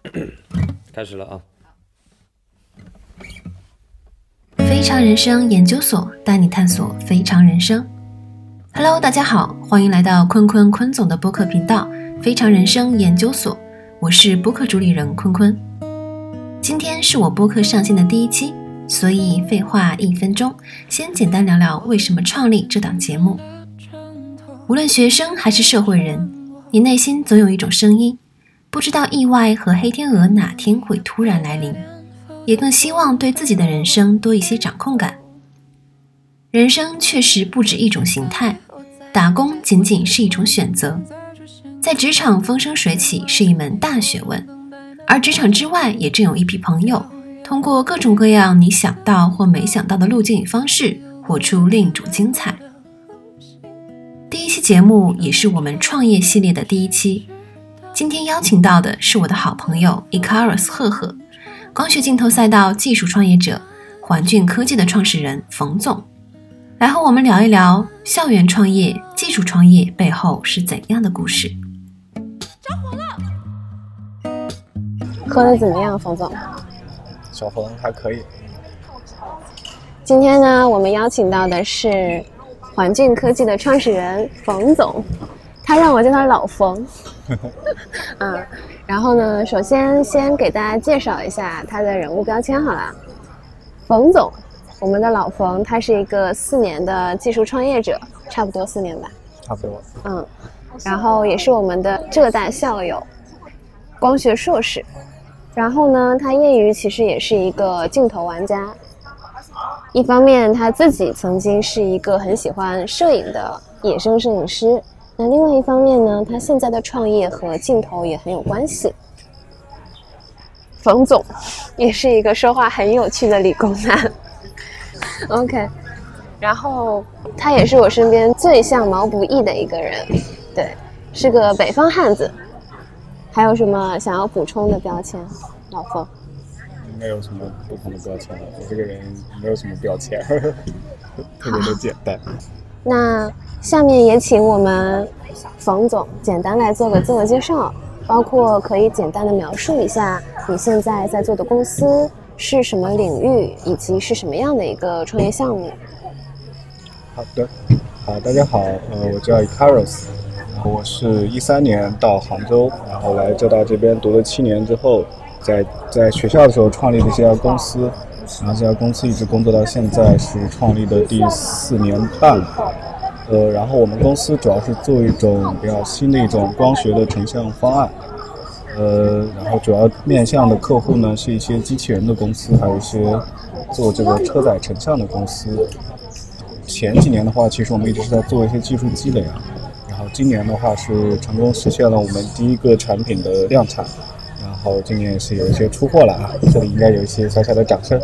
开始了啊！ 非常人生研究所带你探索非常人生。Hello， 大家好，欢迎来到坤总的播客频道非常人生研究所，我是播客主理人坤。今天是我播客上线的第一期，所以废话1分钟，先简单聊聊为什么创立这档节目。无论学生还是社会人，你内心总有一种声音，不知道意外和黑天鹅哪天会突然来临，也更希望对自己的人生多一些掌控感。人生确实不止一种形态，打工仅仅是一种选择，在职场风生水起是一门大学问，而职场之外也正有一批朋友通过各种各样你想到或没想到的路径与方式，活出另一种精彩。第一期节目也是我们创业系列的第一期，今天邀请到的是我的好朋友 Icarus 赫，光学镜头赛道技术创业者，环境科技的创始人冯总，来和我们聊一聊校园创业、技术创业背后是怎样的故事。 着火了！喝得怎么样，冯总？ 小冯还可以。 今天呢，我们邀请到的是环境科技的创始人冯总，他让我叫他老冯。然后呢，首先给大家介绍一下他的人物标签好了。冯总，我们的老冯，他是一个4年的技术创业者，差不多4年吧。 差不多。 然后也是我们的浙大校友，光学硕士。然后呢，他业余其实也是一个镜头玩家。一方面他自己曾经是一个很喜欢摄影的野生摄影师，那另外一方面呢，他现在的创业和镜头也很有关系。冯总也是一个说话很有趣的理工男。OK， 然后他也是我身边最像毛不易的一个人，对，是个北方汉子。还有什么想要补充的标签，老冯？ 没有什么不同的标签了，我这个人没有什么标签，特别的简单。 那下面也请我们冯总简单来做个自我介绍，包括可以简单的描述一下你现在在做的公司是什么领域，以及是什么样的一个创业项目。 好的，大家好，我叫 Icarus， 我是13年到杭州，然后来浙大这边读了7年之后，在学校的时候创立了这家公司，然后这家公司一直工作到现在，是创立的第4年半。然后我们公司主要是做一种比较新的一种光学的成像方案，然后主要面向的客户呢是一些机器人的公司，还有一些做这个车载成像的公司。前几年的话，其实我们一直是在做一些技术积累啊，然后今年的话是成功实现了我们第一个产品的量产，然后今年也是有一些出货了啊，这里应该有一些小小的掌声。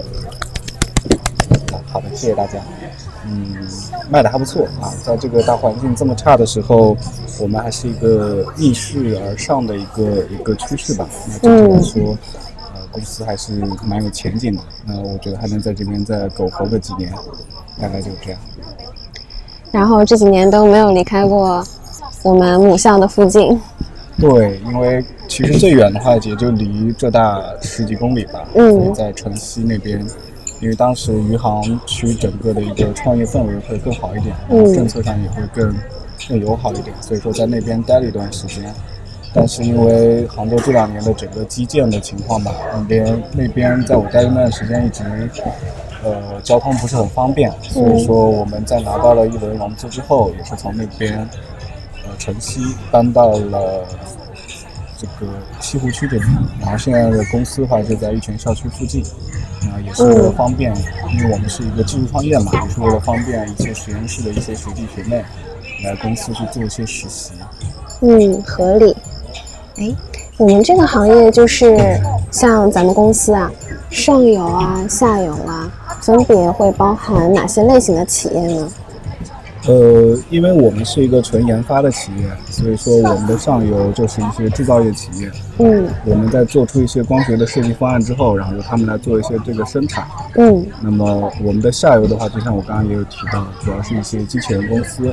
好的，谢谢大家。卖的还不错啊，在这个大环境这么差的时候，我们还是一个逆势而上的一个趋势吧。那整体来说，公司还是蛮有前景的。那我觉得还能在这边再苟活个几年，大概就这样。 然后这几年都没有离开过我们母校的附近。 对，因为其实最远的话也就离浙大10几公里吧，在城西那边。因为当时余杭区整个的一个创业氛围会更好一点，政策上也会更友好一点，所以说在那边待了一段时间。但是因为杭州这2年的整个基建的情况吧，那边在我待的那段时间一直交通不是很方便，所以说我们在拿到了1轮融资之后，也是从那边城西搬到了这个西湖区这边，然后现在的公司的话就在玉泉校区附近，也是为了方便，因为我们是一个技术创业嘛，也是为了方便一些实验室的一些学弟学妹来公司去做一些实习。 合理。我们这个行业就是像咱们公司啊，上游啊、下游啊，分别会包含哪些类型的企业呢？ 因为我们是一个纯研发的企业，所以说我们的上游就是一些制造业企业。我们在做出一些光学的设计方案之后，然后由他们来做一些这个生产。那么我们的下游的话，就像我刚刚也有提到，主要是一些机器人公司。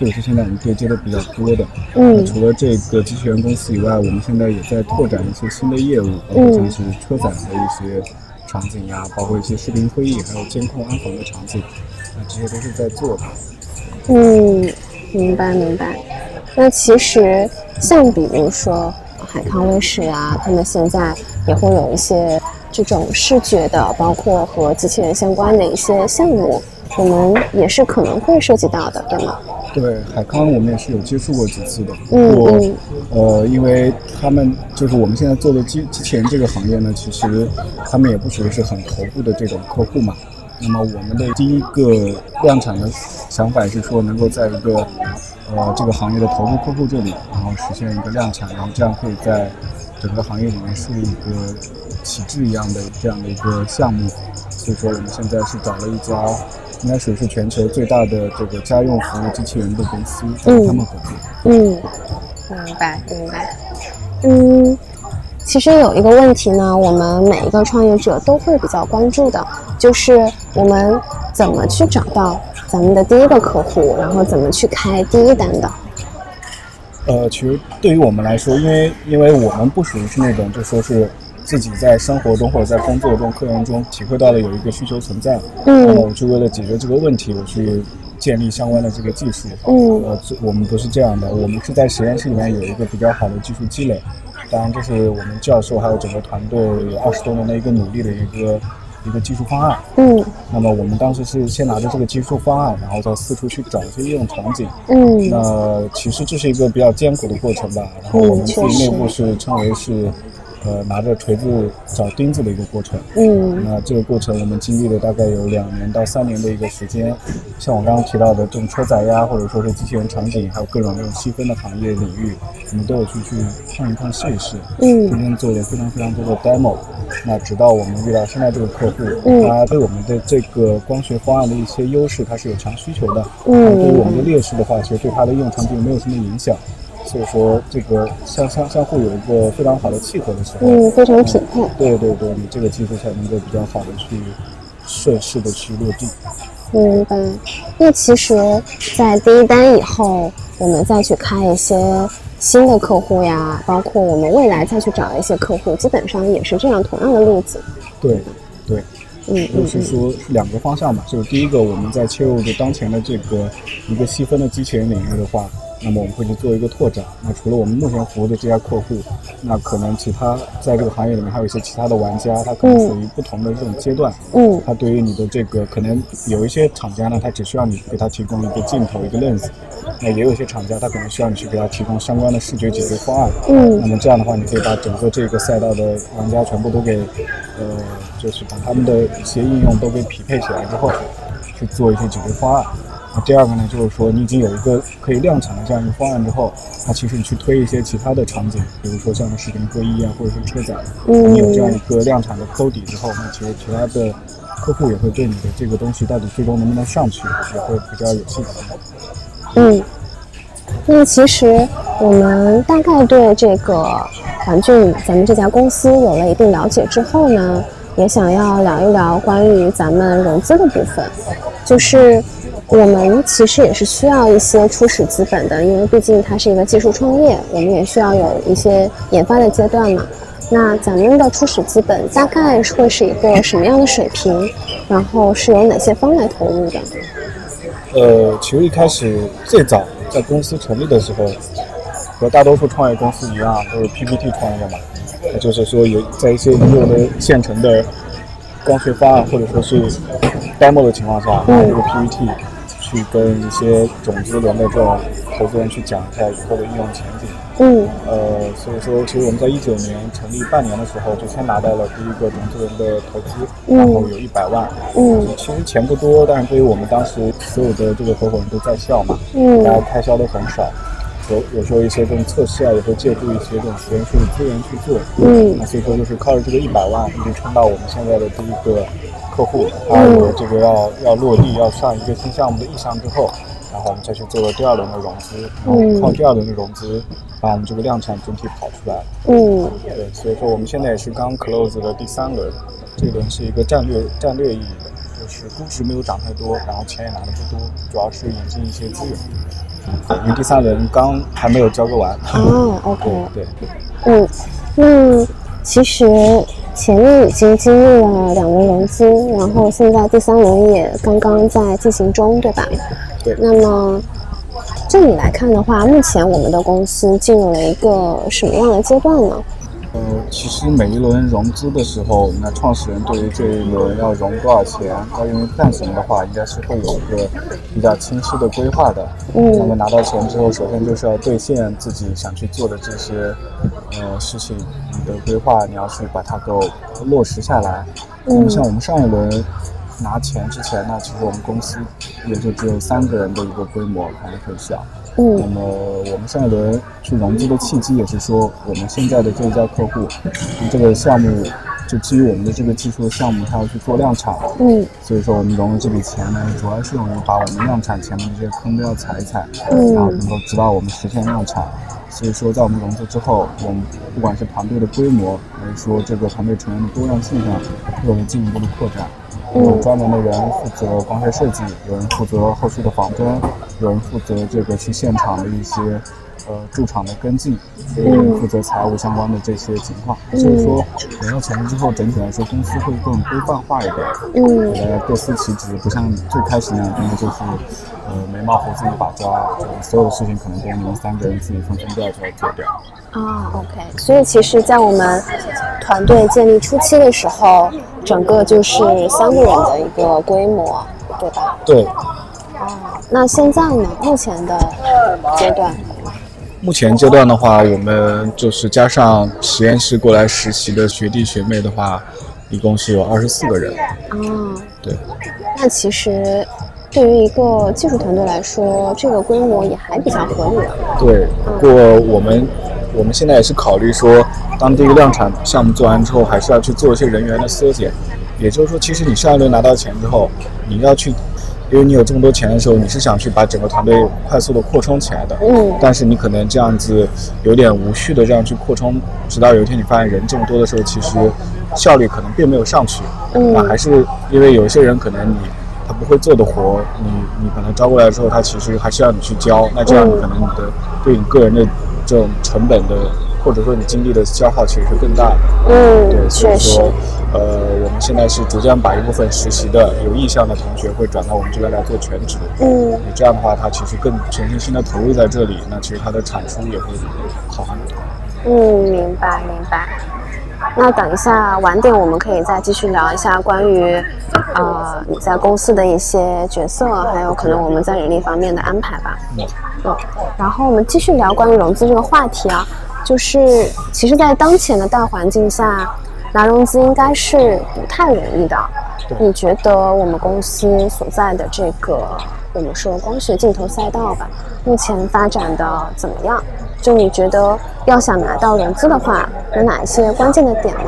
这个是现在我们对接的比较多的。除了这个机器人公司以外，我们现在也在拓展一些新的业务，包括像是车载的一些场景呀，包括一些视频会议，还有监控安防的场景，这些都是在做的。 明白。那其实像比如说海康威视啊，他们现在也会有一些这种视觉的，包括和机器人相关的一些项目，我们也是可能会涉及到的，对吗？ 对，海康我们也是有接触过几次的。不过，因为他们就是我们现在做的机器人这个行业呢，其实他们也不属于是很头部的这种客户嘛。那么我们的第一个量产的想法是说，能够在一个这个行业的头部客户这里，然后实现一个量产，然后这样可以在整个行业里面树立一个旗帜一样的这样的一个项目。所以说我们现在是找了一家应该属于是全球最大的这个家用服务机器人的公司，跟他们合作。 明白。其实有一个问题呢，我们每一个创业者都会比较关注的，就是我们怎么去找到咱们的第一个客户，然后怎么去开第一单的。 其实对于我们来说，因为我们不属于是那种就说是自己在生活中或者在工作中、客人中体会到了有一个需求存在，那么我去为了解决这个问题，我去建立相关的这个技术。我们不是这样的，我们是在实验室里面有一个比较好的技术积累。当然，这是我们教授还有整个团队20多年的一个努力的一个技术方案。那么我们当时是先拿着这个技术方案，然后再四处去找一些应用场景。那其实这是一个比较艰苦的过程吧。然后我们自己内部是称为是拿着锤子找钉子的一个过程。那这个过程我们经历了大概有2年到3年的一个时间。像我刚刚提到的这种车载呀，或者说是机器人场景，还有各种这种细分的行业领域，我们都有去看一看试一试。今天做了非常多的 demo。那直到我们遇到现在这个客户，他对我们的这个光学方案的一些优势，他是有强需求的。对于我们的劣势的话，其实对他的应用场景没有什么影响。所以说这个相互有一个非常好的契合的时候， 非常匹配。 对，你这个技术才能够比较好的去顺势的去落地。 明白。那其实在第一单以后，我们再去开一些新的客户呀，包括我们未来再去找一些客户，基本上也是这样同样的路子。 对。就是说是2个方向嘛。就是第一个，我们在切入的当前的这个一个细分的机器人领域的话，那么我们会去做一个拓展。那除了我们目前服务的这家客户，那可能其他在这个行业里面还有一些其他的玩家，他可能属于不同的这种阶段。他对于你的这个可能有一些厂家呢，他只需要你给他提供一个镜头一个 lens， 那也有一些厂家他可能需要你去给他提供相关的视觉解决方案。那么这样的话，你可以把整个这个赛道的玩家全部都给就是把他们的一些应用都给匹配起来之后，去做一些解决方案。第二个呢，就是说你已经有一个可以量产的这样一个方案之后，那其实你去推一些其他的场景，比如说像视频会议啊，或者是车载，你有这样一个量产的兜底之后，那其实其他的客户也会对你的这个东西到底最终能不能上去，也会比较有信心。 那其实我们大概对这个玩具咱们这家公司有了一定了解之后呢，也想要聊一聊关于咱们融资的部分。就是我们其实也是需要一些初始资本的，因为毕竟它是一个技术创业，我们也需要有一些研发的阶段嘛。那咱们的初始资本大概会是一个什么样的水平？然后是由哪些方来投入的？ 其实一开始最早在公司成立的时候，和大多数创业公司一样，都是 PPT 创业嘛。就是说有在一些已有的现成的光学方案或者说是 demo 的情况下，拿这个 PPT 去跟一些种子轮的这种投资人去讲一下以后的应用前景。所以说其实我们在19年成立半年的时候，就先拿到了第一个种子轮的投资，然后有100万。其实钱不多，但是对于我们当时所有的这个合伙人都在校嘛，大家开销都很少。有时候一些这种测试啊，也会借助一些这种实验室的资源去做。那所以说就是靠着这个100万，一直撑到我们现在的第一个客户，他有这个要落地，要上一个新项目的意向之后，然后我们再去做了第2轮的融资，然后靠第2轮的融资，把我们这个量产整体跑出来。对，所以说我们现在也是刚 close 的第3轮，这轮是一个战略意义的，就是估值没有涨太多，然后钱也拿得不多，主要是引进一些资源。 因为第3轮还没有交割完。 OK。 对。 那其实前面已经经历了2轮融资，然后现在第3轮也刚刚在进行中，对吧？ 对。 那么这里来看的话，目前我们的公司进入了一个什么样的阶段呢？ 其实每一轮融资的时候，那创始人对于这一轮要融多少钱，要用于干什么的话，应该是会有一个比较清晰的规划的。那么拿到钱之后，首先就是要兑现自己想去做的这些事情，你的规划你要去把它给落实下来。那么像我们上一轮拿钱之前呢，其实我们公司也就只有3个人的一个规模，还是很小。那么我们上一轮去融资的契机也是说，我们现在的这一家客户，这个项目就基于我们的这个技术的项目，它要去做量产。所以说我们融了这笔钱呢，主要是用于把我们量产前面的这些坑都要踩一踩，然后能够直到我们实现量产。所以说在我们融资之后，我们不管是团队的规模，还是说这个团队成员的多样性上，都有了进一步的扩展。有专门的人负责光学设计，有人负责后续的仿真，有人负责这个去现场的一些驻场的跟进，有人负责财务相关的这些情况。所以说融到钱之后，整体来说公司会更规范化一点，大家各司其职，不像最开始那样，真的就是眉毛胡子一把抓，所有的事情可能都你们3个人自己分掉就要做掉。 OK。所以其实在我们团队建立初期的时候，整个就是3个人的一个规模，对吧？ 对。 那现在呢？目前的阶段？ 目前阶段的话，我们就是加上实验室过来实习的学弟学妹的话，一共是有24个人。对。 那其实对于一个技术团队来说，这个规模也还比较合理的。 对。不过我们现在也是考虑说，当这个量产项目做完之后，还是要去做一些人员的缩减。也就是说，其实你上一轮拿到钱之后，你要去，因为你有这么多钱的时候，你是想去把整个团队快速的扩充起来的。但是你可能这样子有点无序的这样去扩充，直到有一天你发现人这么多的时候，其实效率可能并没有上去。那还是因为有一些人可能他不会做的活，你可能招过来之后，他其实还是要你去教。那这样可能你的对你个人的这种成本的，或者说你精力的消耗其实是更大的。对，所以说我们现在是逐渐把一部分实习的有意向的同学会转到我们这边来做全职。你这样的话，他其实更全身心的投入在这里，那其实他的产出也会好很多。 明白。那等一下晚点我们可以再继续聊一下关于你在公司的一些角色，还有可能我们在人力方面的安排吧。然后我们继续聊关于融资这个话题啊，就是其实在当前的大环境下，拿融资应该是不太容易的。你觉得我们公司所在的这个我们说光学镜头赛道吧，目前发展的怎么样？就你觉得要想拿到融资的话，有哪一些关键的点吗？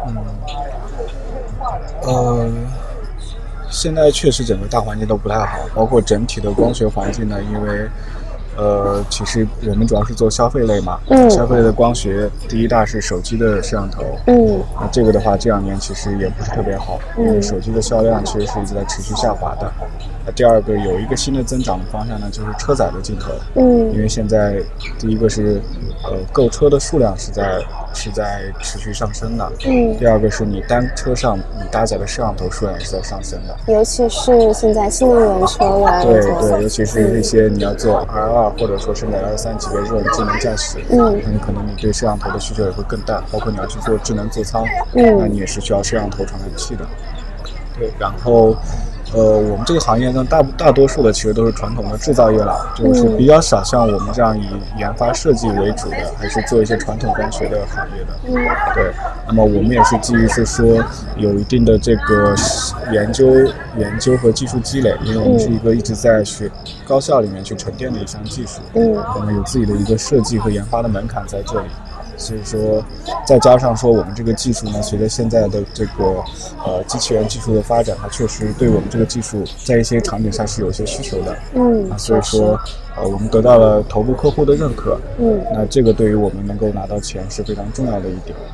现在确实整个大环境都不太好，包括整体的光学环境呢，因为其实我们主要是做消费类嘛，消费类的光学，第一大是手机的摄像头，那这个的话这2年其实也不是特别好，因为手机的销量其实是一直在持续下滑的。第二个有一个新的增长的方向呢，就是车载的镜头，因为现在第一个是购车的数量是在持续上升的，第二个是你单车上你搭载的摄像头数量也是在上升的， 尤其是现在新能源车越来越多， 对，尤其是一些你要做 R2或者说是L3级别这种智能驾驶，那你可能你对摄像头的需求也会更大，包括你要去做智能座舱，那你也是需要摄像头传感器的。对，然后我们这个行业呢，大多数的其实都是传统的制造业了，就是比较少像我们这样以研发设计为主的，还是做一些传统光学的行业的。对，那么我们也是基于是说有一定的这个研究和技术积累，因为我们是一个一直在高校里面去沉淀的一项技术，我们有自己的一个设计和研发的门槛在这里。所以说再加上说我们这个技术呢，随着现在的这个机器人技术的发展，它确实对我们这个技术在一些场景上是有些需求的，所以说我们得到了头部客户的认可，那这个对于我们能够拿到钱是非常重要的一点。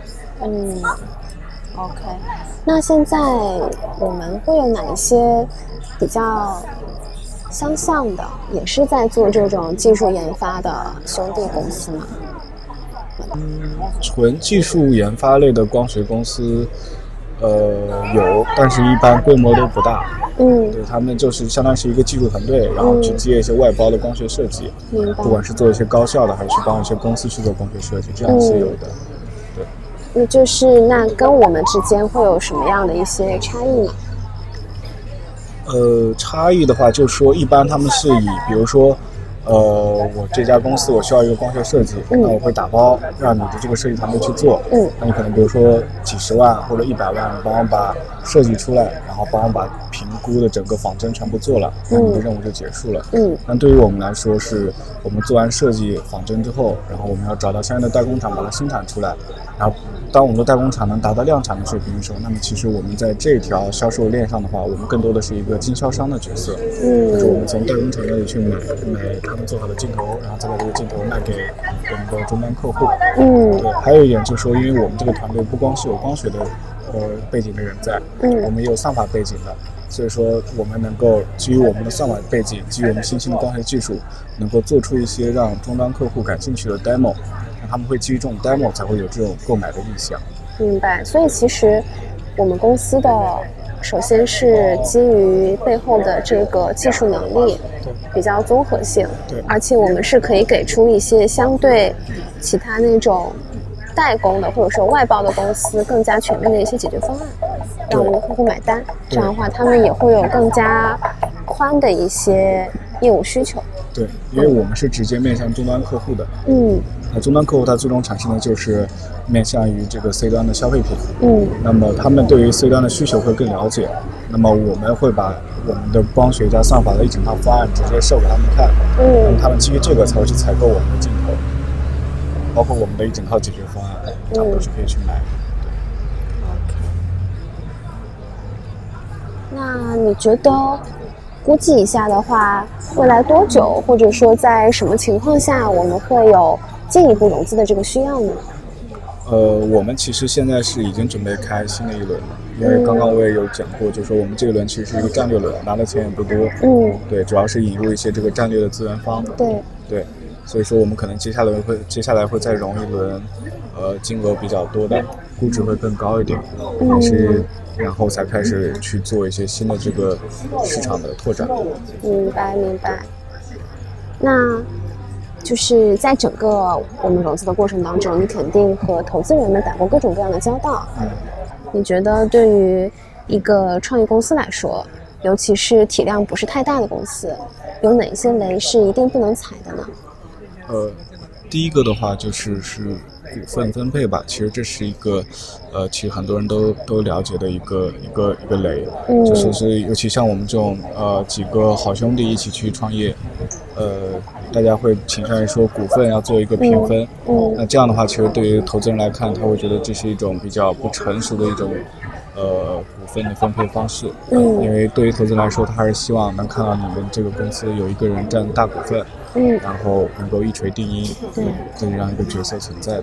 OK， 那现在我们会有哪一些比较相像的，也是在做这种技术研发的兄弟公司吗？ 纯技术研发类的光学公司，有，但是一般规模都不大。对，他们就是相当于是一个技术团队，然后去接一些外包的光学设计，不管是做一些高校的，还是去帮一些公司去做光学设计，这样是有的。对， 那就是那跟我们之间会有什么样的一些差异吗？ 差异的话，就是说一般他们是以，比如说，我这家公司我需要一个光学设计，那我会打包让你的这个设计团队去做，那你可能比如说几十万或者100万，你帮我把设计出来，然后帮我把评估的整个仿真全部做了，那你的任务就结束了。那对于我们来说，是我们做完设计仿真之后，然后我们要找到相应的代工厂把它生产出来，然后当我们的代工厂能达到量产的水平的时候，那么其实我们在这条销售链上的话，我们更多的是一个经销商的角色，就是我们从代工厂那里去买他们做好的镜头，然后再把这个镜头卖给我们的终端客户。对，还有一点就是说，因为我们这个团队不光是有光学的背景的人在，我们也有算法背景的，所以说我们能够基于我们的算法背景，基于我们新兴的光学技术，能够做出一些让终端客户感兴趣的 demo。他们会基于这种 demo 才会有这种购买的意向。 明白。所以其实我们公司的首先是基于背后的这个技术能力比较综合性， 对， 而且我们是可以给出一些相对其他那种代工的或者说外包的公司更加全面的一些解决方案，让我们的客户买单。这样的话，他们也会有更加宽的一些业务需求。 对，因为我们是直接面向终端客户的。那终端客户它最终产生的就是面向于这个 C 端的消费品。那么他们对于 C 端的需求会更了解。那么我们会把我们的光学加算法的一整套方案直接授给他们看。那么他们基于这个才会去采购我们的镜头，包括我们的一整套解决方案，他们都是可以去买。 那你觉得估计一下的话，未来多久，或者说在什么情况下我们会有进一步融资的这个需要呢？ 我们其实现在是已经准备开新的一轮了，因为刚刚我也有讲过，就是说我们这一轮其实是一个战略轮，拿的钱也不多。对，主要是引入一些这个战略的资源方。对，所以说我们可能接下来会再融一轮，金额比较多的，估值会更高一点，然后才开始去做一些新的这个市场的拓展。 明白。那就是在整个我们融资的过程当中，你肯定和投资人们打过各种各样的交道。你觉得对于一个创业公司来说，尤其是体量不是太大的公司，有哪些雷是一定不能踩的呢？ 第一个的话就是股份分配吧，其实这是一个其实很多人都了解的一个雷，就是尤其像我们这种几个好兄弟一起去创业，大家会倾向于说股份要做一个平分。那这样的话，其实对于投资人来看，他会觉得这是一种比较不成熟的一种股份的分配方式。因为对于投资人来说，他还是希望能看到你们这个公司有一个人占大股份。然后能够一锤定音，这样一个角色存在的。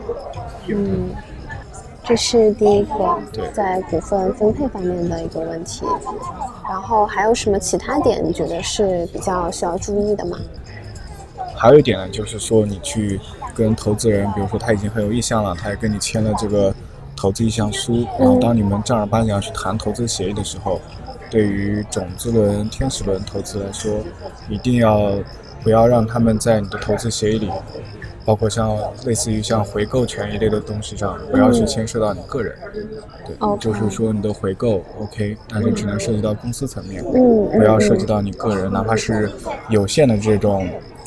这是第一个在股份分配方面的一个问题。然后还有什么其他点你觉得是比较需要注意的吗？ 还有一点呢，就是说你去跟投资人，比如说他已经很有意向了，他也跟你签了这个投资意向书，然后当你们正儿八经要去谈投资协议的时候，对于种子轮、天使轮投资来说，一定不要让他们在你的投资协议里，包括类似于像回购权一类的东西上，不要去牵涉到你个人。对，就是说你的回购 OK， 但是只能涉及到公司层面，不要涉及到你个人，哪怕是有限的这种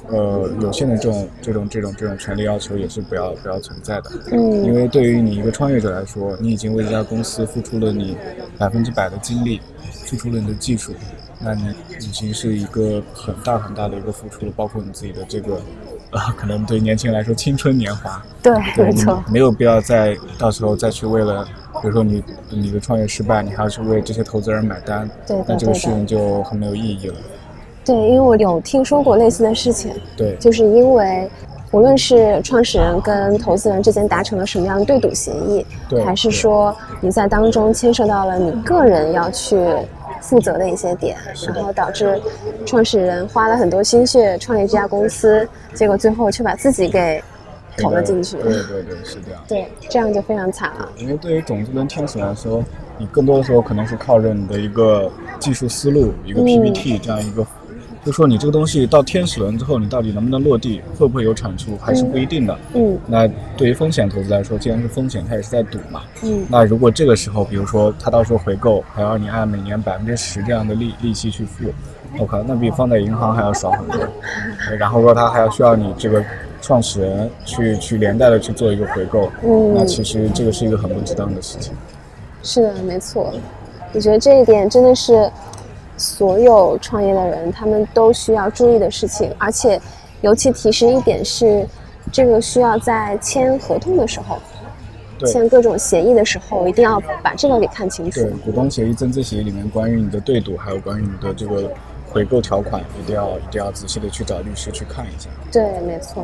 权利要求也是不要存在的。因为对于你一个创业者来说，你已经为这家公司付出了你100%的精力，付出了你的技术，那你已经是一个很大的一个付出了，包括你自己的这个可能对年轻人来说青春年华。 对，没错， 没有必要到时候再去为了，比如说你的创业失败，你还要去为这些投资人买单，那这个事情就很没有意义了。 对，因为我有听说过类似的事情。 对， 就是因为无论是创始人跟投资人之间达成了什么样的对赌协议，还是说你在当中牵涉到了你个人要去负责的一些点，然后导致创始人花了很多心血创立这家公司，结果最后却把自己给投了进去。 对，是这样。 对，这样就非常惨了。 因为对于种子轮天使来说，你更多的时候可能是靠着你的一个技术思路，一个 PPT 这样一个，就说你这个东西到天使轮之后，你到底能不能落地，会不会有产出，还是不一定的。那对于风险投资来说，既然是风险，它也是在赌嘛。那如果这个时候，比如说它到时候回购还要你按每年10%这样的利息去付，OK， 那比放在银行还要少很多。然后说它还要需要你这个创始人去连带的去做一个回购，那其实这个是一个很不值当的事情。 是的，没错。我觉得这一点真的是所有创业的人他们都需要注意的事情，而且尤其提示一点是，这个需要在签合同的时候，签各种协议的时候，一定要把这个给看清楚。 对，股东协议、增资协议里面关于你的对赌，还有关于你的这个回购条款，一定要仔细的去找律师去看一下。 对，没错。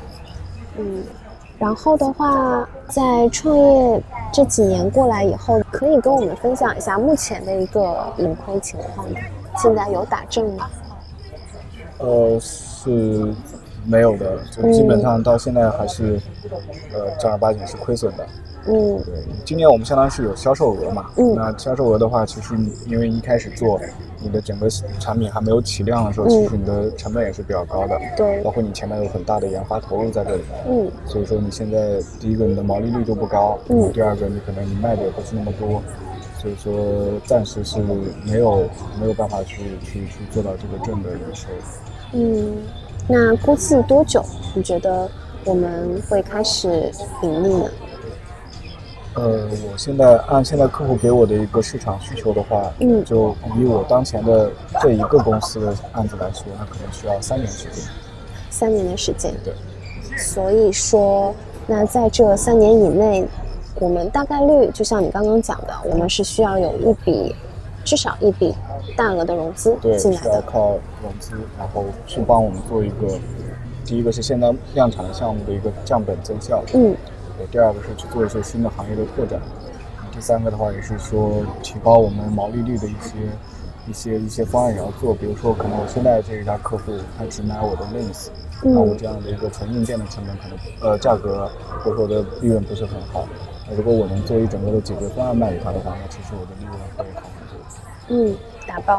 然后的话，在创业这几年过来以后，可以跟我们分享一下目前的一个盈亏情况吗？现在有打正吗？ 是没有的，就基本上到现在还是正儿八经是亏损的。对，今年我们相当是有销售额嘛。那销售额的话，其实因为一开始做你的整个产品还没有起量的时候，其实你的成本也是比较高的。对，包括你前面有很大的研发投入在这里面。所以说你现在第一个你的毛利率就不高，第二个你可能你卖的也不是那么多，所以说暂时是没有办法去做到这个正的营收。 那估计多久你觉得我们会开始盈利呢？ 我现在按现在客户给我的一个市场需求的话，就以我当前的这一个公司的案子来说，那可能需要3年时间。 3年的时间。 对。 所以说，那在这3年以内，我们大概率就像你刚刚讲的，我们是需要有至少一笔大额的融资进来的。 对，需要靠融资，然后去帮我们做一个，第一个是现在量产的项目的一个降本增效。第二个是去做一些新的行业的拓展，第三个的话也是说提高我们毛利率的一些方案也要做，比如说可能我现在这一家客户他只买我的 Lens，那我这样的一个纯硬件的成本可能价格或者说的利润不是很好，那如果我能做一整个的解决方案卖给他的话，那其实我的利润会好很多。 打包。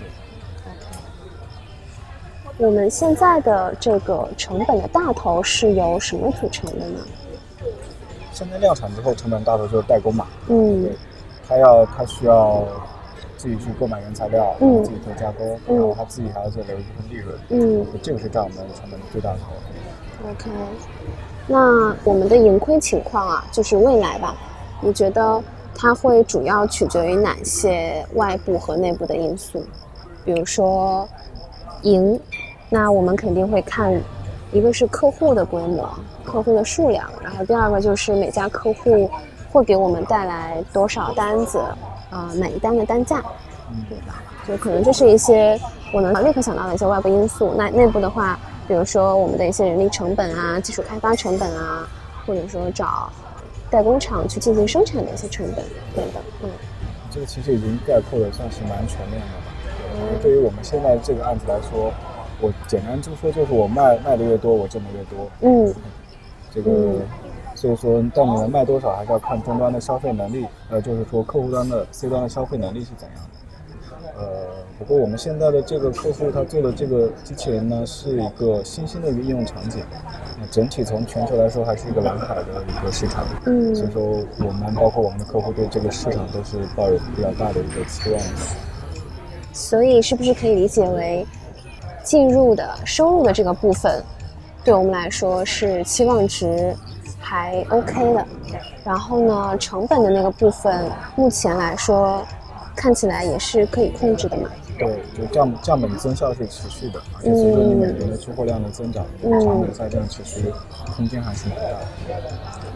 我们现在的这个成本的大头是由什么组成的呢？ 现在量产之后，成本大头就是代工嘛。他需要自己去购买原材料，自己做加工，然后他自己还要做留一部分利润。这个是占我们成本的最大头。 OK， 那我们的盈亏情况啊，就是未来吧，你觉得它会主要取决于哪些外部和内部的因素？比如说盈，那我们肯定会看。一个是客户的规模、客户的数量，然后第二个就是每家客户会给我们带来多少单子，每一单的单价，对吧？就可能这是一些我能立刻想到的一些外部因素。那内部的话，比如说我们的一些人力成本啊、技术开发成本啊，或者说找代工厂去进行生产的一些成本等等。 这个其实已经概括的算是蛮全面的了。因为对于我们现在这个案子来说，我简单就说，就是我卖的越多，我挣的越多。这个，所以说，但你能卖多少，还是要看终端的消费能力。就是说，客户端的 C 端的消费能力是怎样的。不过我们现在的这个客户他做的这个机器人呢，是一个新兴的一个应用场景。整体从全球来说，还是一个蓝海的一个市场。所以说，我们包括我们的客户对这个市场都是抱有比较大的一个期望的。 所以，是不是可以理解为？进入的收入的这个部分，对我们来说是期望值还 OK 的。然后呢，成本的那个部分，目前来说看起来也是可以控制的嘛。 对，就降本增效是持续的，而且随着你每年的出货量的增长，成本下降其实空间还是蛮大的。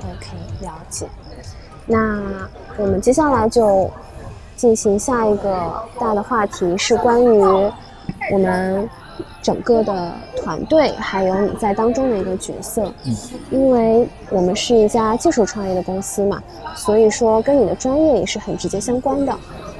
OK， 了解。那我们接下来就进行下一个大的话题，是关于我们整个的团队还有你在当中的一个角色。因为我们是一家技术创业的公司嘛，所以说跟你的专业也是很直接相关的。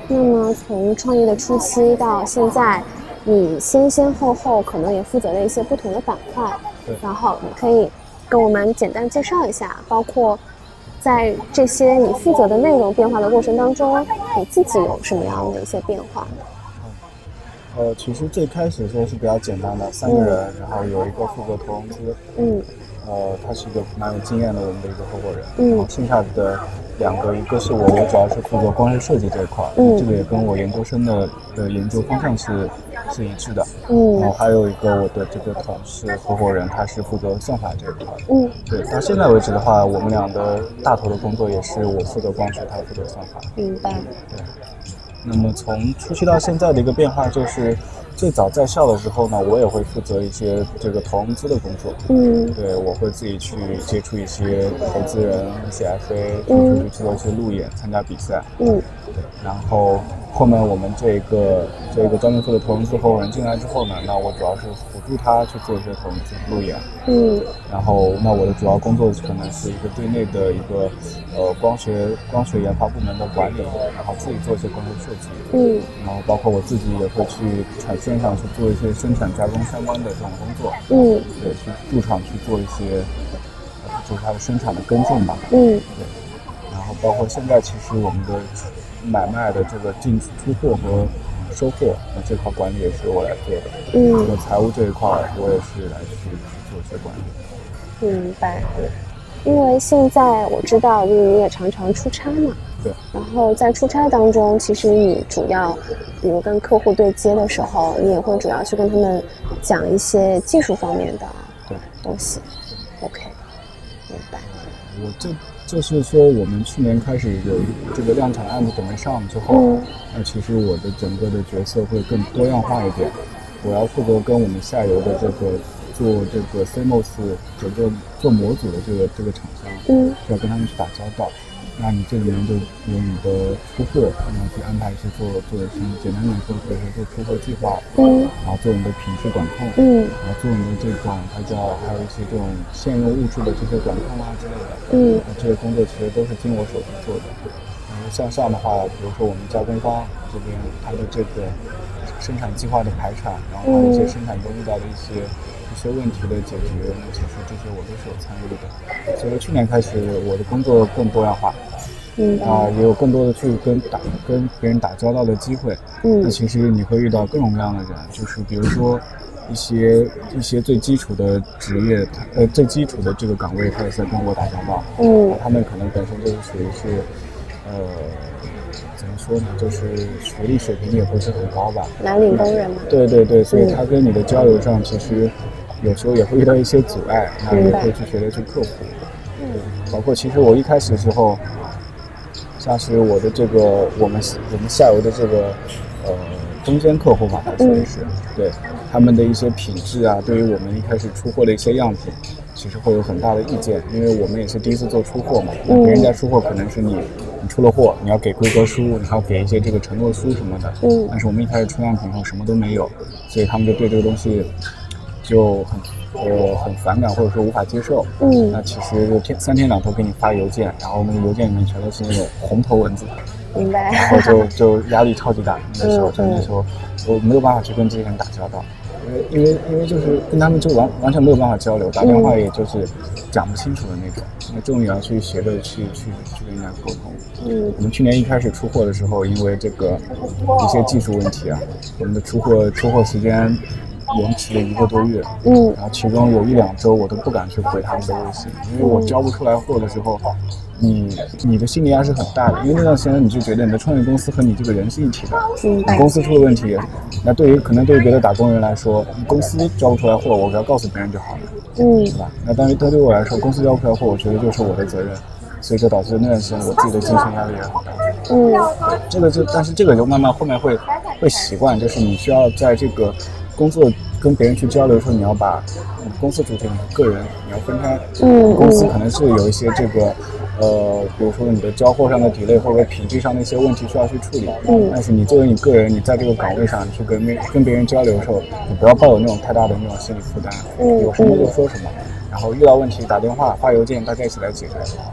那么从创业的初期到现在，你先后可能也负责了一些不同的板块，然后你可以跟我们简单介绍一下，包括在这些你负责的内容变化的过程当中，你自己有什么样的一些变化？ 其实最开始的时候是比较简单的，3个人，然后有一个负责投融资，他是一个蛮有经验的我们的一个合伙人，然后剩下的2个，一个是我主要是负责光学设计这一块，这个也跟我研究生的研究方向是一致的，然后还有一个我的这个同事合伙人，他是负责算法这一块，对，到现在为止的话，我们俩的大头的工作也是我负责光学，他负责算法。 明白。 对。那么从初期到现在的一个变化就是，最早在校的时候呢，我也会负责一些这个投融资的工作。对，我会自己去接触一些投资人、一些 FA，出去做一些路演、参加比赛。对，然后后面我们这个专门负责投融资合伙人进来之后呢，那我主要是辅助他去做一些投融资路演。然后那我的主要工作可能是一个对内的一个光学研发部门的管理，然后自己做一些光学设计。然后包括我自己也会去产线上去做一些生产加工相关的这种工作。对，去驻场去做一些就是它的生产的跟进吧。对。然后包括现在其实我们的买卖的这个进出货和收货这块管理也是我来做的。和财务这一块我也是来去做一些管理。 明白。 对。 因为现在我知道，就是你也常常出差嘛。 对。 然后在出差当中，其实你主要，比如跟客户对接的时候，你也会主要去跟他们讲一些技术方面的东西。OK， 明白。 就是说，我们去年开始有这个量产案子准备上之后，那其实我的整个的角色会更多样化一点。我要负责跟我们下游的这个做这个 CMOS 整个做模组的这个厂商，就要跟他们去打交道。那你这里面就有你的出货，你要去安排一些做的是简单点说，比如说做出货计划，然后做你的品质管控，然后做你的这种还有一些这种现用物质的这些管控啊之类的，这些工作其实都是经我手去做的。然后向上的话，比如说我们加工方这边它的这个生产计划的排产，然后它一些生产中遇到的一些问题的解决，那其实这些我都是有参与的。所以去年开始，我的工作更多样化，也有更多的去跟别人打交道的机会。那其实你会遇到各种各样的人，就是比如说一些最基础的职业，最基础的这个岗位，他也在跟我打交道。他们可能本身就是属于是，怎么说呢，就是学历水平也不是很高吧， 蓝领工人嘛。 对，所以他跟你的交流上，其实有时候也会遇到一些阻碍，那也会去学着去克服。包括其实我一开始的时候，像是我的这个我们下游的这个中间客户吧，还是对他们的一些品质啊，对于我们一开始出货的一些样品，其实会有很大的意见，因为我们也是第一次做出货嘛。别人家出货可能是你出了货，你要给规格书，你还要给一些这个承诺书什么的。但是我们一开始出样品后什么都没有，所以他们就对这个东西就很反感，或者说无法接受。那其实就3天2头给你发邮件，然后那个邮件里面全都是那种红头文字。 明白。 然后就压力超级大，那时候我没有办法去跟这些人打交道，因为就是跟他们就完全没有办法交流，打电话也就是讲不清楚的那种。那这种也要去学着去跟人家沟通。我们去年一开始出货的时候，因为这个一些技术问题啊，我们的出货时间延迟了1个多月，然后其中有1-2周我都不敢去回他们的微信，因为我交不出来货的时候，你的心理压力是很大的，因为那段时间你就觉得你的创业公司和你这个人是一体的，你公司出了问题，那可能对于别的打工人来说，公司交不出来货，我只要告诉别人就好了，是吧？那但对我来说，公司交不出来货，我觉得就是我的责任，所以就导致那段时间我自己的精神压力也很大。但是这个就慢慢后面会习惯，就是你需要在这个工作跟别人去交流的时候，你要把公司主体和个人你要分开。公司可能是有一些这个比如说你的交货上的 delay 或者品质上的一些问题需要去处理。但是你作为你个人，你在这个岗位上你去跟别人交流的时候，你不要抱有那种太大的那种心理负担。有什么就说什么，然后遇到问题打电话发邮件，大家一起来解决。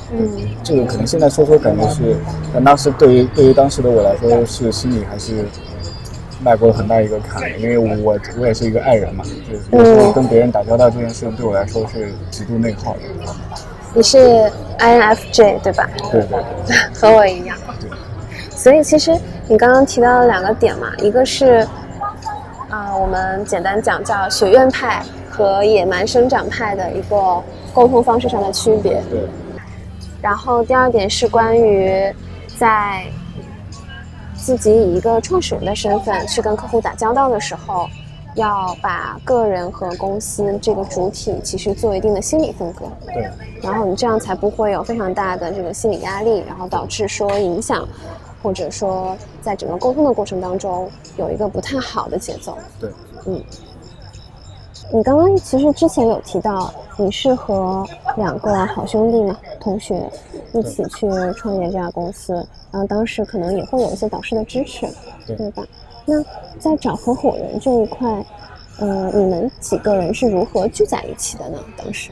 这个可能现在说感觉是，但当时对于当时的我来说是心里还是迈过了很大一个坎，因为我也是一个爱人嘛，就是有时候跟别人打交道这件事对我来说是极度内耗的。 你是 INFJ 对吧？ 对， 和我一样。所以其实你刚刚提到了2个点嘛，一个是我们简单讲叫学院派和野蛮生长派的一个沟通方式上的区别。 对。 然后第2点是关于在自己以一个创始人的身份去跟客户打交道的时候，要把个人和公司这个主体其实做一定的心理分割。 对。 然后你这样才不会有非常大的这个心理压力，然后导致说影响，或者说在整个沟通的过程当中有一个不太好的节奏。 对。 你刚刚其实之前有提到你是和2个好兄弟嘛，同学一起去创业这家公司，然后当时可能也会有一些导师的支持，对吧？那在找合伙人这一块，你们几个人是如何聚在一起的呢？当时？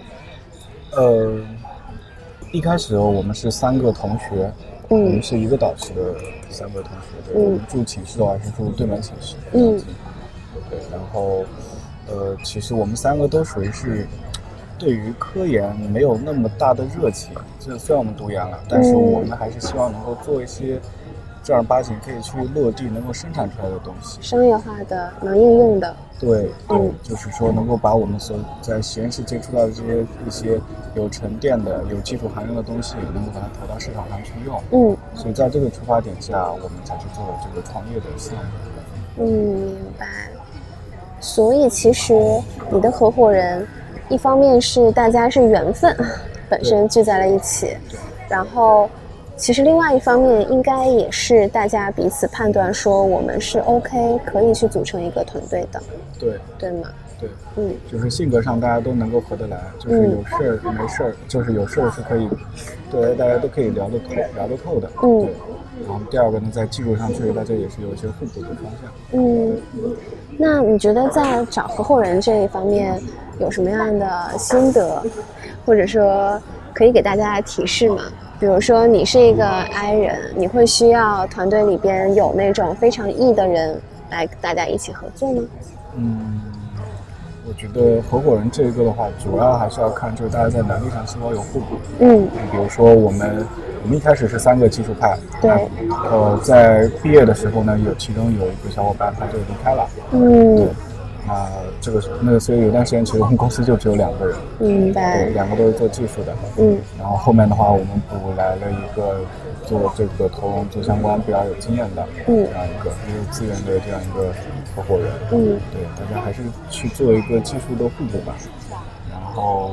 一开始我们是3个同学，我们是一个导师的3个同学，对，我们住寝室的话是住对门寝室，对，然后其实我们3个都属于是对于科研没有那么大的热情，这虽然我们读研了，但是我们还是希望能够做一些正儿八经可以去落地能够生产出来的东西， 商业化的能应用的。 对，就是说能够把我们所在实验室接触到的一些有沉淀的有技术含量的东西能够把它投到市场上去用。所以在这个出发点下我们才去做了这个创业的项目。 明白。所以其实你的合伙人一方面是大家是缘分本身聚在了一起，然后其实另外一方面应该也是大家彼此判断说我们是 OK 可以去组成一个团队的。对吗？ 对，就是性格上大家都能够合得来，就是有事儿没事儿，就是有事儿是可以，对，大家都可以聊得透的。对。然后第2个呢，在技术上确实大家也是有一些互补的方向。 那你觉得在找合伙人这一方面有什么样的心得，或者说可以给大家提示吗？比如说你是一个 I 人，你会需要团队里边有那种非常 E 的人来大家一起合作吗？ 我觉得合伙人这个的话，主要还是要看就是大家在能力上是否有互补。比如说我们一开始是3个技术派， 对。 在毕业的时候呢，其中有一个小伙伴他就离开了。对。所以有段时间其实我们公司就只有2个人。 明白。 对，2个都是做技术的。然后后面的话，我们补来了一个做这个投融资相关比较有经验的这样一个也有资源的这样一个合伙人。对，大家还是去做一个技术的互补吧。然后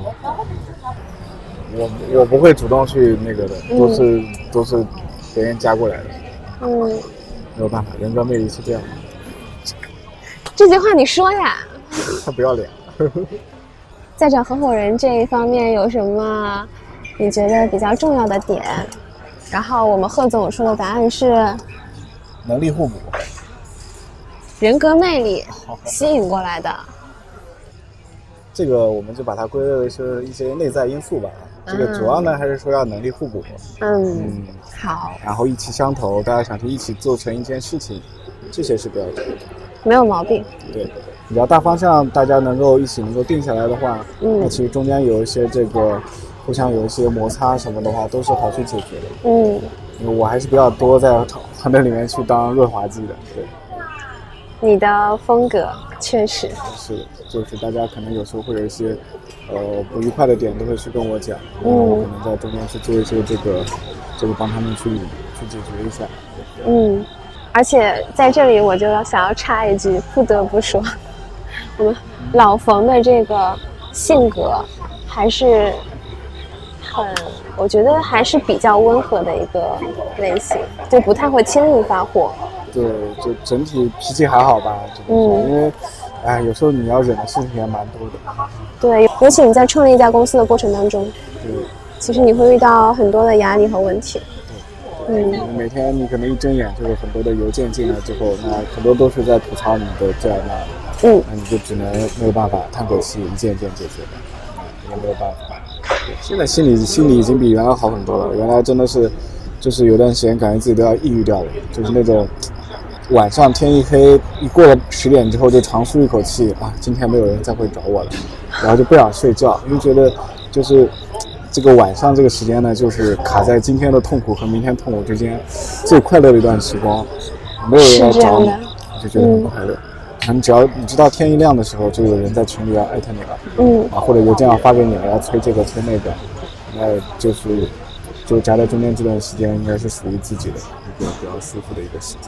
我不会主动去那个的，都是别人加过来的。没有办法，人格魅力是这样的。 这句话你说呀。 他不要脸。 在找合伙人这一方面有什么你觉得比较重要的点？然后我们贺总说的答案是能力互补， 人格魅力吸引过来的。 这个我们就把它归类为是一些内在因素吧。这个主要呢还是说要能力互补。 好。 然后意气相投，大家想去一起做成一件事情，这些是比较没有毛病。 对，比较大方向大家能够定下来的话，那其实中间有一些这个互相有一些摩擦什么的话，都是好去解决的。因为我还是比较多在团队里面去当润滑剂的。对。 你的风格确实是，就是大家可能有时候会有一些不愉快的点都会去跟我讲，然后我可能在中间去做一些这个帮他们去解决一下。 而且在这里我就想要插一句，不得不说我们老冯的这个性格还是我觉得还是比较温和的一个类型，就不太会轻易发火。 对，就整体脾气还好吧，因为有时候你要忍的事情也蛮多的。 对，尤其你在创立一家公司的过程当中，其实你会遇到很多的压力和问题。 每天你可能一睁眼就有很多的邮件进来之后，那很多都是在吐槽你的这那，那你就只能没有办法叹口气，一件一件解决的，也没有办法。 现在心理已经比原来好很多了。原来真的是，就是有段时间感觉自己都要抑郁掉了，就是那种晚上天一黑，一过了10点之后就长舒一口气啊，今天没有人再会找我了，然后就不想睡觉，因为觉得就是这个晚上这个时间呢，就是卡在今天的痛苦和明天痛苦之间最快乐的一段时光，没有人来找你，就觉得很快乐。只要你知道天一亮的时候，就有人在群里要艾特你了，或者有这样发给你了，要催这个催那个，那就夹在中间这段时间，应该是属于自己的一个比较舒服的一个时间。